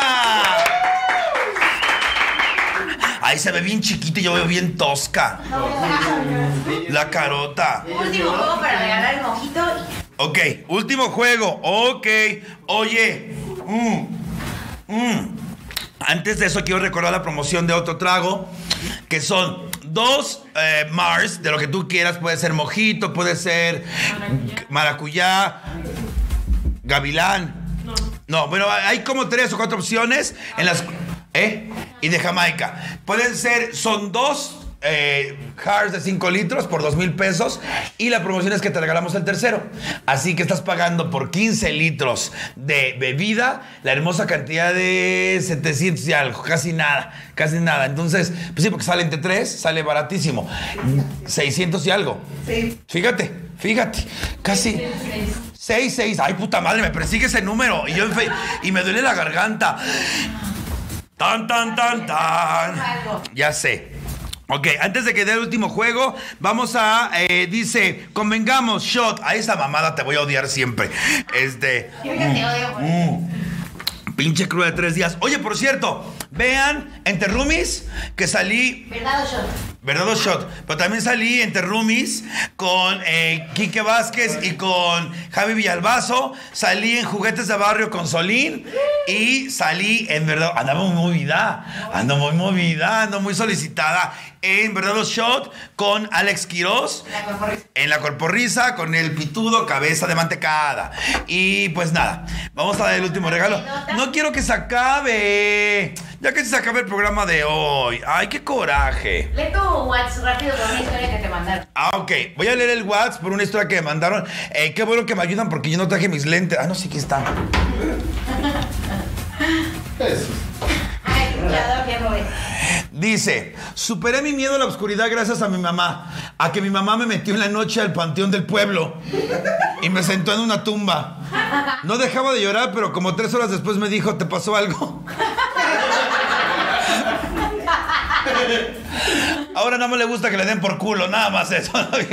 Ahí se ve bien chiquita y yo veo bien tosca. La carota. Último juego para regalar el mojito. Ok, último juego. Ok. Oye. mm, mm. Antes de eso quiero recordar la promoción de otro trago. Que son dos eh, Mars, de lo que tú quieras. Puede ser mojito, puede ser maracuyá, gavilán. No, bueno, hay como tres o cuatro opciones en las... ¿Eh? Y de Jamaica. Pueden ser, son dos eh, jars de cinco litros por dos mil pesos. Y la promoción es que te regalamos el tercero. Así que estás pagando por quince litros de bebida la hermosa cantidad de setecientos y algo. Casi nada, casi nada. Entonces, pues sí, porque sale entre tres, sale baratísimo. seiscientos y algo. Sí. Fíjate, fíjate. Casi... seis, seis. Ay, puta madre, me persigue ese número. Y yo en fe- y me duele la garganta. Tan, tan, tan, tan. Ya sé. Ok, antes de que dé el último juego, vamos a, eh, dice, convengamos, shot. A esa mamada te voy a odiar siempre. Este... Yo ya te odio por mm, pinche cruda de tres días. Oye, por cierto, vean Entre Roomies que salí... ¿Verdad o shot? ¿Verdad o shot? Pero también salí Entre Roomies con eh, Quique Vázquez y con Javi Villalbazo. Salí en Juguetes de Barrio con Solín. Y salí en Verdad... Andaba muy movida. Ando muy movida. Ando muy solicitada. En Verdad o Shot con Alex Quiroz. La corporrisa. En la corporrisa con el pitudo cabeza de mantecada. Y pues nada, vamos a dar el último regalo. No quiero que se acabe. Ya que se acabe el programa de hoy. Ay, qué coraje. Lee tu WhatsApp rápido con una historia que te mandaron. Ah, ok. Voy a leer el WhatsApp por una historia que me mandaron. Eh, qué bueno que me ayudan porque yo no traje mis lentes. Ah, no sé qué está. Ay, luchador, ya no ves. Dice, superé mi miedo a la oscuridad gracias a mi mamá. A que mi mamá me metió en la noche al panteón del pueblo y me sentó en una tumba. No dejaba de llorar, pero como tres horas después me dijo, ¿te pasó algo? Ahora no me le gusta que le den por culo, nada más eso.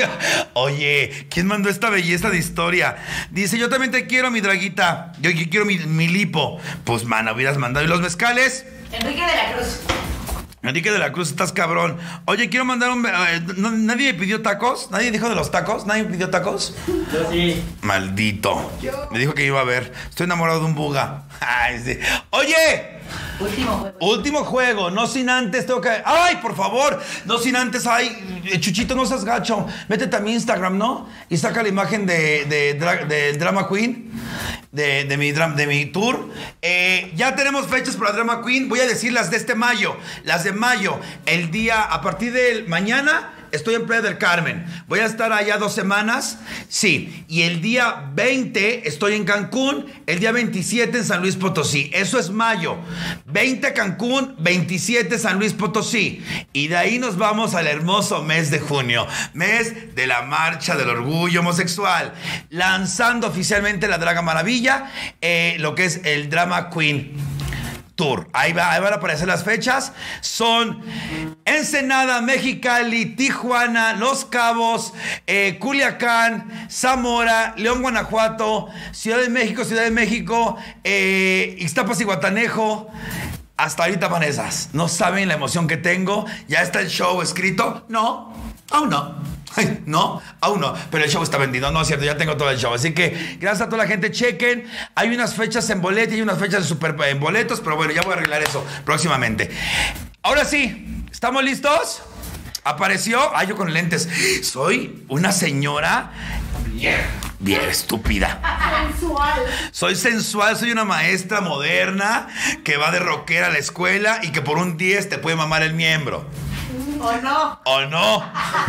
Oye, ¿quién mandó esta belleza de historia? Dice, yo también te quiero, mi draguita. Yo, yo quiero mi, mi lipo. Pues, mana, hubieras mandado. ¿Y los mezcales? Enrique de la Cruz. Enrique de la Cruz, estás cabrón. Oye, quiero mandar un... eh, no, ¿nadie pidió tacos? ¿Nadie dijo de los tacos? ¿Nadie pidió tacos? Yo sí. Maldito. Me dijo que iba a ver. Estoy enamorado de un buga. Ay, sí. Oye... Último juego. Último juego, no sin antes tengo que... ¡Ay, por favor! No sin antes, ay, Chuchito, no seas gacho. Métete a mi Instagram, ¿no? Y saca la imagen de, de, de, de Drama Queen, de, de, mi, de mi tour. Eh, ya tenemos fechas para Drama Queen. Voy a decir las de este mayo. Las de mayo, el día, a partir de mañana... Estoy en Playa del Carmen. Voy a estar allá dos semanas. Sí. Y el día veinte estoy en Cancún. El día veintisiete en San Luis Potosí. Eso es mayo. veinte Cancún, veintisiete San Luis Potosí. Y de ahí nos vamos al hermoso mes de junio. Mes de la Marcha del Orgullo Homosexual. Lanzando oficialmente la Draga Maravilla. Eh, lo que es el Drama Queen Tour. Ahí, va, ahí van a aparecer las fechas. Son Ensenada, Mexicali, Tijuana, Los Cabos, eh, Culiacán, Zamora, León, Guanajuato, Ciudad de México, Ciudad de México, eh, Ixtapas y Guatanejo. Hasta ahorita van esas. No saben la emoción que tengo. ¿Ya está el show escrito? No, aún no. Ay, no, aún no, pero el show está vendido, no es cierto, ya tengo todo el show, así que gracias a toda la gente, chequen, hay unas fechas en boletos y unas fechas en, super, en boletos, pero bueno, ya voy a arreglar eso próximamente. Ahora sí, ¿estamos listos? ¿Apareció? Ah, yo con lentes. Soy una señora bien, bien estúpida. Sensual. Soy sensual, soy una maestra moderna que va de rockera a la escuela y que por un diez te puede mamar el miembro. ¿O no? ¿O no?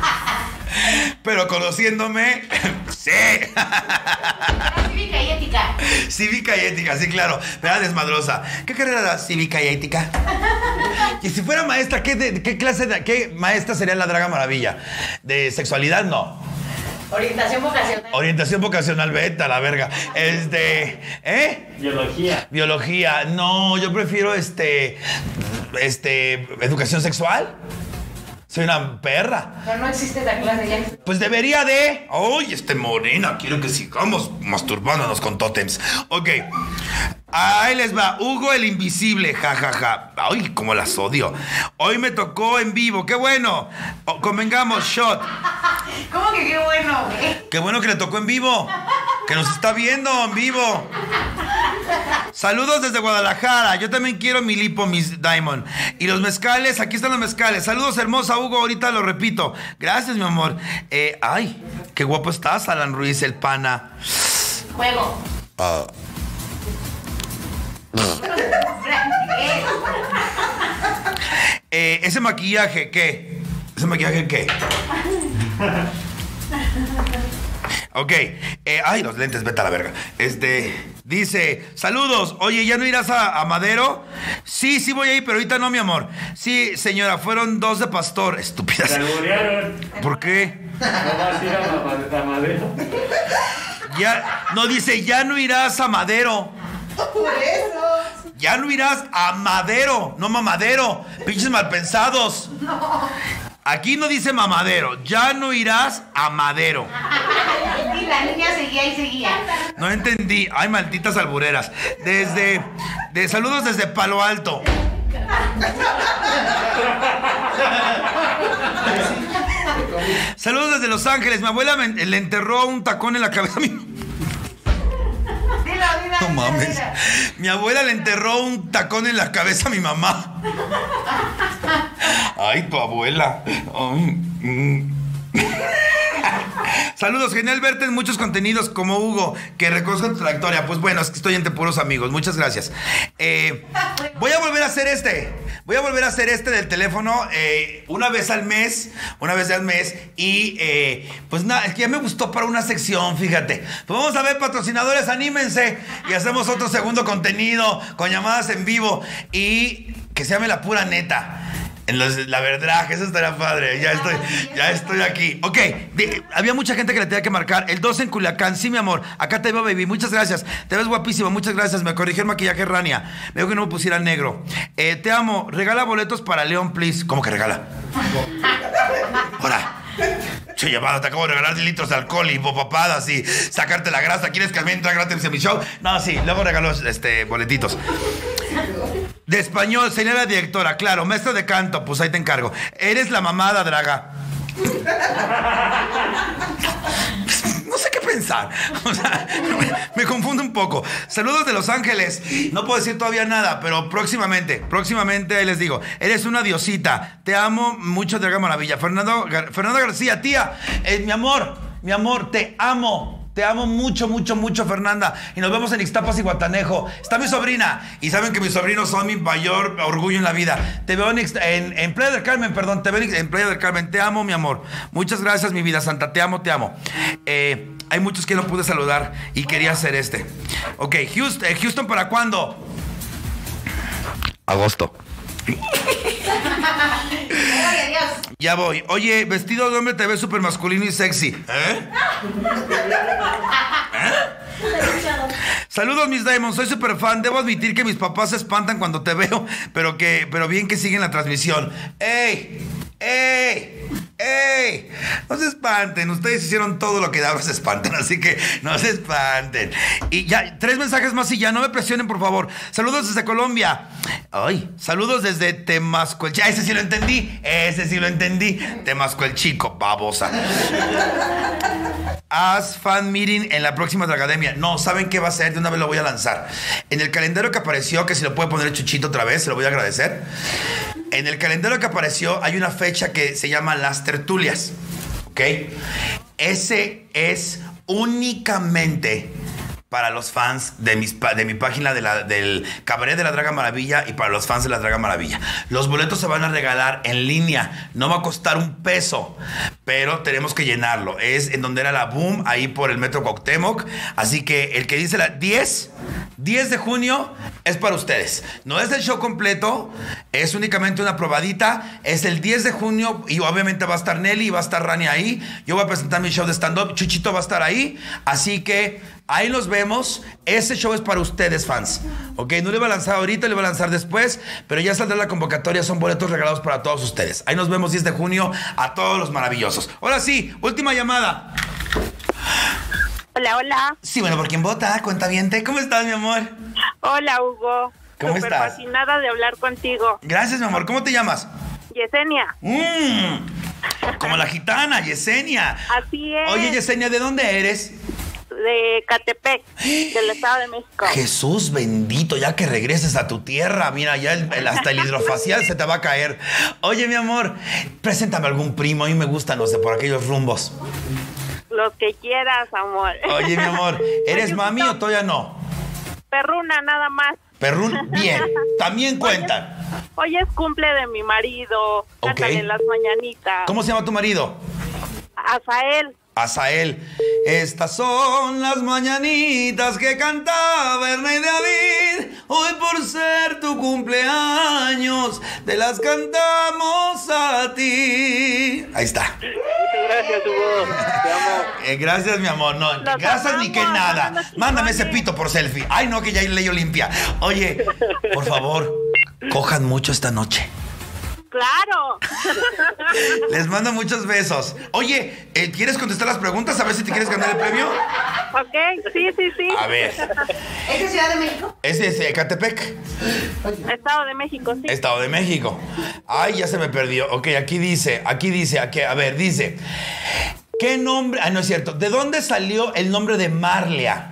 Pero conociéndome, sí. Cívica y ética. Cívica y ética, sí, claro. Pero era desmadrosa. ¿Qué carrera era cívica y ética? Y si fuera maestra, ¿qué, de, qué clase de qué maestra sería la Draga Maravilla? ¿De sexualidad? No. Orientación vocacional. Orientación vocacional, vete a la verga. Este, ¿eh? Biología. Biología. No, yo prefiero este, este, educación sexual. Soy una perra. Pero no existe la clase ya. Pues debería de... ¡Ay, este morena! Quiero que sigamos masturbándonos con tótems. Ok. Ahí les va. Hugo el Invisible. Ja, ja, ja. ¡Ay, cómo las odio! Hoy me tocó en vivo. ¡Qué bueno! O, convengamos, shot. ¿Cómo que qué bueno, güey? ¡Qué bueno que le tocó en vivo! ¡Que nos está viendo en vivo! Saludos desde Guadalajara. Yo también quiero mi lipo, Miss Diamond. Y los mezcales, aquí están los mezcales. Saludos, hermosa Hugo, ahorita lo repito. Gracias, mi amor. Eh, ay, qué guapo estás, Alan Ruiz, el pana. Juego. Uh. eh, ese maquillaje, ¿qué? ¿Ese maquillaje qué? Ok, eh, ay, los lentes, vete a la verga. Este, dice, saludos, oye, ¿ya no irás a, a Madero? Sí, sí voy a ir, pero ahorita no, mi amor. Sí, señora, fueron dos de pastor, estúpidas. Se alburearon. ¿Por qué? No vas a ir a, a Madero. Ya, no, dice, ya no irás a Madero. Por eso. Ya no irás a Madero, no mamadero. Pinches malpensados. No. Aquí no dice mamadero. Ya no irás a madero. Y la niña seguía y seguía. No entendí. Ay, malditas albureras. Desde... De saludos desde Palo Alto. Saludos desde Los Ángeles. Mi abuela me, le enterró un tacón en la cabeza a mi... Dilo, dilo, No dilo, mames. dilo. Mi abuela le enterró un tacón en la cabeza a mi mamá. Ay, tu abuela. Ay, mm. Saludos, genial verte en muchos contenidos como Hugo, que reconozco tu trayectoria. Pues bueno, es que estoy entre puros amigos. Muchas gracias. Eh, voy a volver a hacer este. Voy a volver a hacer este del teléfono eh, una vez al mes. Una vez al mes. Y eh, pues nada, es que ya me gustó para una sección, fíjate. Pues vamos a ver, patrocinadores, anímense. Y hacemos otro segundo contenido con llamadas en vivo. Y que se llame La Pura Neta. En los, la verdad, eso estaría padre. Ya estoy, ya estoy aquí. Ok, de, había mucha gente que le tenía que marcar. El doce en Culiacán, sí, mi amor. Acá te veo, baby. Muchas gracias. Te ves guapísima, muchas gracias. Me corrigió el maquillaje, Rania. Me dijo que no me pusiera negro. Eh, te amo. Regala boletos para León, please. ¿Cómo que regala? Ahora. Che, llamada, te acabo de regalar diez litros de alcohol y papadas y sacarte la grasa. ¿Quieres que también entra gratis en mi show? No, sí, luego regaló este, boletitos. De español, señora directora, claro. Maestro de canto, pues ahí te encargo. Eres la mamada, draga. No sé qué pensar. O sea, me, me confundo un poco. Saludos de Los Ángeles. No puedo decir todavía nada, pero próximamente, próximamente ahí les digo. Eres una diosita. Te amo mucho, Draga Maravilla. Fernando, Gar- Fernando García, tía. Eh, mi amor, mi amor, te amo. Te amo mucho, mucho, mucho, Fernanda. Y nos vemos en Ixtapas y Guatanejo. Está mi sobrina. Y saben que mis sobrinos son mi mayor orgullo en la vida. Te veo en, en, en Playa del Carmen, perdón. Te veo en, en Playa del Carmen. Te amo, mi amor. Muchas gracias, mi vida santa. Te amo, te amo. Eh, hay muchos que no pude saludar y quería hacer este. Ok, Houston, eh, Houston, ¿para cuándo? Agosto. Ya voy. Oye, vestido de hombre te ves súper masculino y sexy. ¿Eh? ¿Eh? Saludos, mis Diamonds. Soy súper fan. Debo admitir que mis papás se espantan cuando te veo, pero que, pero bien que siguen la transmisión. ¡Ey! ¡Ey! ¡Ey! No se espanten. Ustedes hicieron todo lo que daba, se espantan. Así que no se espanten. Y ya, tres mensajes más y ya. No me presionen, por favor. Saludos desde Colombia. Ay, saludos desde Temasco el Chico. Ese sí lo entendí. Ese sí lo entendí. Temasco el Chico, babosa. Haz fan meeting en la próxima Dragademia. No, ¿saben qué va a ser? De una vez lo voy a lanzar. En el calendario que apareció, que si lo puede poner Chuchito otra vez, se lo voy a agradecer. En el calendario que apareció hay una fecha que se llama Las Tertulias. ¿Ok? Ese es únicamente para los fans de, mis, de mi página de la, del Cabaret de la Draga Maravilla y para los fans de la Draga Maravilla. Los boletos se van a regalar en línea. No va a costar un peso, pero tenemos que llenarlo. Es en donde era la Boom, ahí por el Metro Cuauhtémoc. Así que el que dice la diez, diez de junio es para ustedes. No es el show completo, es únicamente una probadita. Es el diez de junio y obviamente va a estar Nelly y va a estar Rani ahí. Yo voy a presentar mi show de stand-up. Chuchito va a estar ahí. Así que ahí los vemos. Ese show es para ustedes, fans. Ok, no le voy a lanzar ahorita, le voy a lanzar después, pero ya saldrá la convocatoria. Son boletos regalados para todos ustedes. Ahí nos vemos diez de junio a todos los maravillosos. Ahora sí, última llamada. Hola, hola. Sí, bueno, ¿por quién vota? Cuentaviente. ¿Cómo estás, mi amor? Hola, Hugo. ¿Cómo Súper estás? fascinada de hablar contigo. Gracias, mi amor. ¿Cómo te llamas? Yesenia. Mmm, como la gitana, Yesenia. Así es. Oye, Yesenia, ¿de dónde eres? De Catepec, del Estado de México. Jesús bendito, ya que regreses a tu tierra. Mira, ya el, el- hasta el hidrofacial se te va a caer. Oye, mi amor, preséntame algún primo. A mí me gustan los de por aquellos rumbos. Los que quieras, amor. Oye, mi amor, ¿eres Oye, mami o todavía no? Perruna, nada más. Perrún, bien. También cuentan. Hoy es cumple de mi marido. Cántale Ok. las mañanitas. ¿Cómo se llama tu marido? Azael. Azael. Estas son las mañanitas que cantaba Ernesto David. Hoy por ser tu cumpleaños, te las cantamos a ti. Ahí está. Muchas gracias, Hugo. Te amo. Eh, gracias, mi amor. No, Los gracias ni que amamos, nada. son los Mándame ese chingones. pito por selfie. Ay, no, que ya hay ley Olimpia. Oye, por favor, cojan mucho esta noche. Claro. Les mando muchos besos. Oye, eh, ¿quieres contestar las preguntas? A ver si te quieres ganar el premio. Ok, sí, sí, sí. A ver. ¿Es de Ciudad de México? Es de Ecatepec. Estado de México, sí. Estado de México. Ay, ya se me perdió. Ok, aquí dice, aquí dice, aquí, a ver, dice. ¿Qué nombre? Ah, no es cierto. ¿De dónde salió el nombre de Marlea?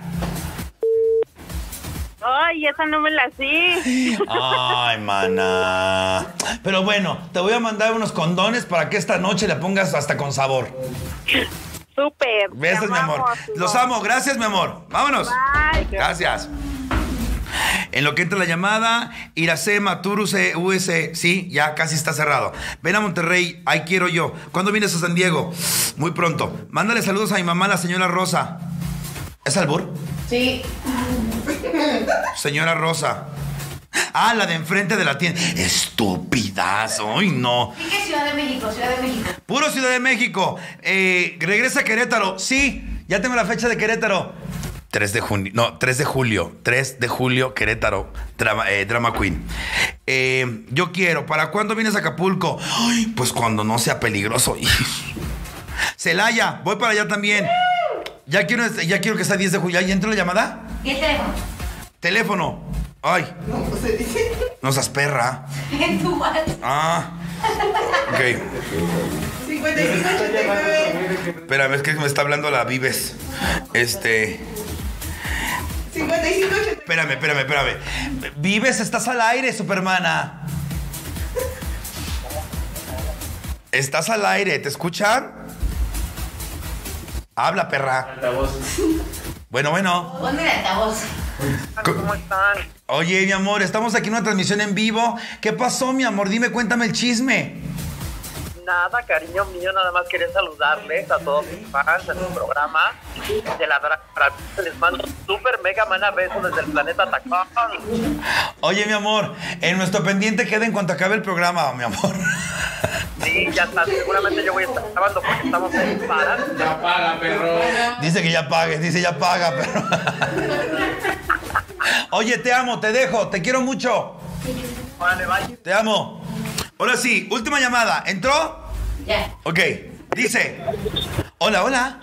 Ay, esa no me la sé. Ay, mana. Pero bueno, te voy a mandar unos condones para que esta noche le pongas hasta con sabor. Súper. Besos, mi amor. Los amo. Gracias, mi amor. Vámonos. Bye. Gracias. En lo que entra la llamada, Iracema, Turus, U S, sí, ya casi está cerrado. Ven a Monterrey, ahí quiero yo. ¿Cuándo vienes a San Diego? Muy pronto. Mándale saludos a mi mamá, la señora Rosa. ¿Es albur? Sí. Señora Rosa. Ah, la de enfrente de la tienda. Estúpidas, hoy no. ¿Y qué Ciudad de México? Ciudad de México. Puro Ciudad de México. Eh, regresa a Querétaro. Sí, ya tengo la fecha de Querétaro. tres de junio, no, tres de julio. tres de julio, Querétaro. Drama, eh, Drama Queen. Eh, yo quiero. ¿Para cuándo vienes a Acapulco? Ay, pues cuando no sea peligroso. Celaya, voy para allá también. Ya quiero, ya quiero que sea diez de julio. ¿Ya entró la llamada? ¿Y el teléfono? Teléfono. Ay. No, se dice. No seas perra. En tu WhatsApp. Ah. Ok. cincuenta y cinco ochenta y nueve. Espérame, es que me está hablando la Vives. Este. cincuenta y cinco ochenta y nueve. Espérame, espérame, espérame. Vives, estás al aire, Supermana. Estás al aire, ¿te escuchan? Habla, perra. Altavoz. Bueno, bueno. Ponme el altavoz. ¿Cómo están? Oye, mi amor, estamos aquí en una transmisión en vivo. ¿Qué pasó, mi amor? Dime, cuéntame el chisme. Nada, cariño mío, nada más quería saludarles a todos mis fans en su programa de la Dra- les mando un super mega mana beso desde el planeta Tacón. Oye, mi amor, en nuestro pendiente queda en cuanto acabe el programa, mi amor. Sí, ya está, seguramente yo voy a estar grabando porque estamos en para. Ya paga, perro. Dice que ya pagues, dice ya paga, pero... Oye, te amo, te dejo, te quiero mucho. Vale, vaya. Te amo. Ahora sí, última llamada. ¿Entró? Ya. Ok, dice. Hola, hola.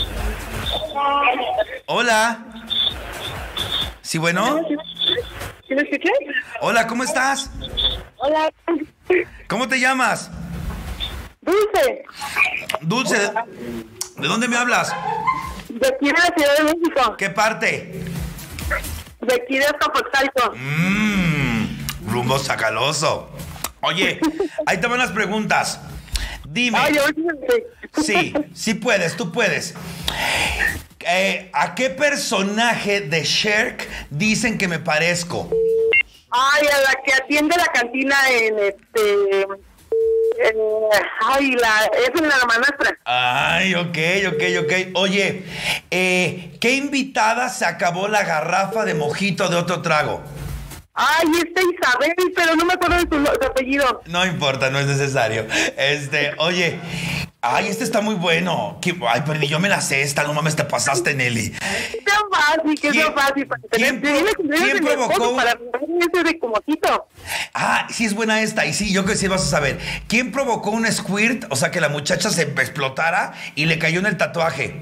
Hola. ¿Sí, bueno? ¿Sí me escuchas? Hola, ¿cómo estás? Hola. ¿Cómo te llamas? Dulce. Dulce. ¿De, ¿de dónde me hablas? De aquí de la Ciudad de México. ¿Qué parte? De aquí de Azcapotzalco. Mmm, rumbo sacaloso. Oye, ahí te van las preguntas. Dime. Ay, yo Sí, sí puedes, tú puedes. Eh, ¿A qué personaje de Shrek dicen que me parezco? Ay, a la que atiende la cantina en este... En, ay, la, es una hermanastra. Ay, ok, ok, ok. Oye, eh, ¿qué invitada se acabó la garrafa de mojito de otro trago? Ay, esta Isabel, pero no me acuerdo de su, su apellido. No importa, no es necesario. Este, oye, ay, este está muy bueno. ¿Qué? Ay, pero ni yo me la sé esta, no mames, te pasaste, Nelly. Qué fácil, que ¿Quién- es fácil. Para quién tener- pro- dile que quién eres de mi esposo provocó? Para ese de comotito. Ah, sí es buena esta, y sí, yo creo que sí vas a saber. ¿Quién provocó un squirt? O sea, que la muchacha se explotara y le cayó en el tatuaje.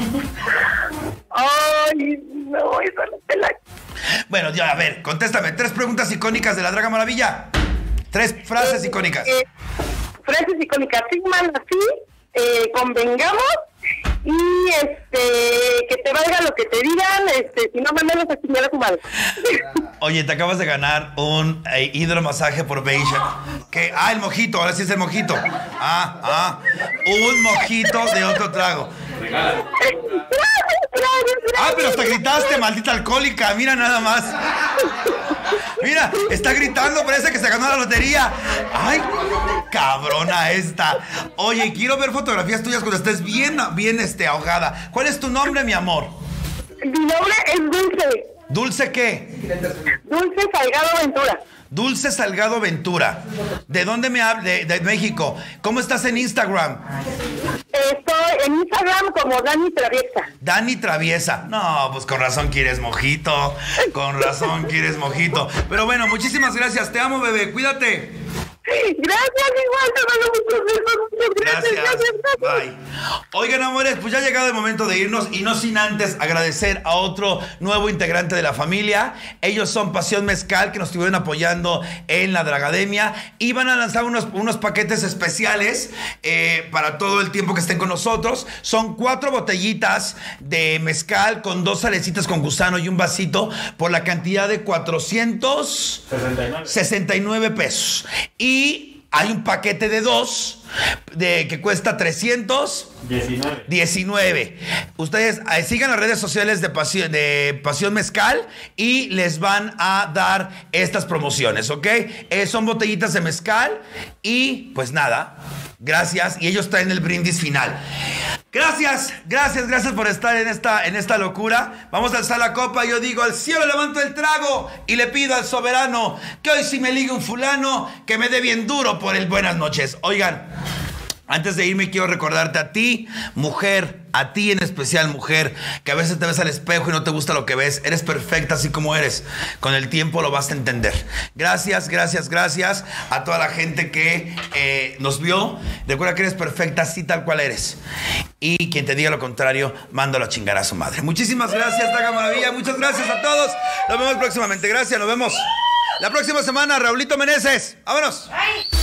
Ay, no, esa no te la... Bueno, ya, a ver, contéstame. Tres preguntas icónicas de la Draga Maravilla. Tres frases icónicas. Eh, frases icónicas. Sigman así, eh, convengamos y este que te valga lo que te digan, este, si no mandamos a chingar a tu madre. Oye, te acabas de ganar un eh, hidromasaje por Beija. ¿Qué? Ah, el mojito, ahora sí es el mojito. Ah, ah. Un mojito de otro trago. Ah, pero hasta gritaste, maldita alcohólica. Mira nada más. Mira, está gritando, parece que se ganó la lotería. Ay, cabrona esta. Oye, quiero ver fotografías tuyas cuando estés bien, bien este, ahogada. ¿Cuál es tu nombre, mi amor? Mi nombre es Dulce. ¿Dulce qué? Dulce Salgado Ventura. Dulce Salgado Ventura. ¿De dónde me hablas? De, de México. ¿Cómo estás en Instagram? Estoy en Instagram como Dani Traviesa. Dani Traviesa. No, pues con razón quieres mojito. Con razón quieres mojito. Pero bueno, muchísimas gracias. Te amo, bebé. Cuídate. Gracias, igual, te mando muchos besos. Gracias, Gracias. gracias, gracias. Bye. Oigan, amores, pues ya ha llegado el momento de irnos y no sin antes agradecer a otro nuevo integrante de la familia. Ellos son Pasión Mezcal, que nos estuvieron apoyando en la Dragademia y van a lanzar unos, unos paquetes especiales eh, para todo el tiempo que estén con nosotros. Son cuatro botellitas de mezcal con dos salecitas con gusano y un vasito por la cantidad de cuatrocientos sesenta y nueve pesos. Y hay un paquete de dos de, que cuesta trescientos diecinueve. Ustedes eh, sigan las redes sociales de Pasión, de Pasión Mezcal y les van a dar estas promociones, ¿ok? Eh, son botellitas de mezcal y pues nada, gracias. Y ellos traen el brindis final. Gracias, gracias, gracias por estar en esta, en esta locura. Vamos a alzar la copa. Yo digo, al cielo levanto el trago y le pido al soberano que hoy si me ligue un fulano, que me dé bien duro por el buenas noches. Oigan, antes de irme quiero recordarte a ti, mujer, a ti en especial, mujer, que a veces te ves al espejo y no te gusta lo que ves. Eres perfecta así como eres. Con el tiempo lo vas a entender. Gracias, gracias, gracias a toda la gente que eh, nos vio. Recuerda que eres perfecta así tal cual eres. Y quien te diga lo contrario, mándalo a chingar a su madre. Muchísimas gracias, Daga Maravilla. Muchas gracias a todos. Nos vemos próximamente. Gracias, nos vemos la próxima semana. Raulito Meneses. Vámonos. Ay.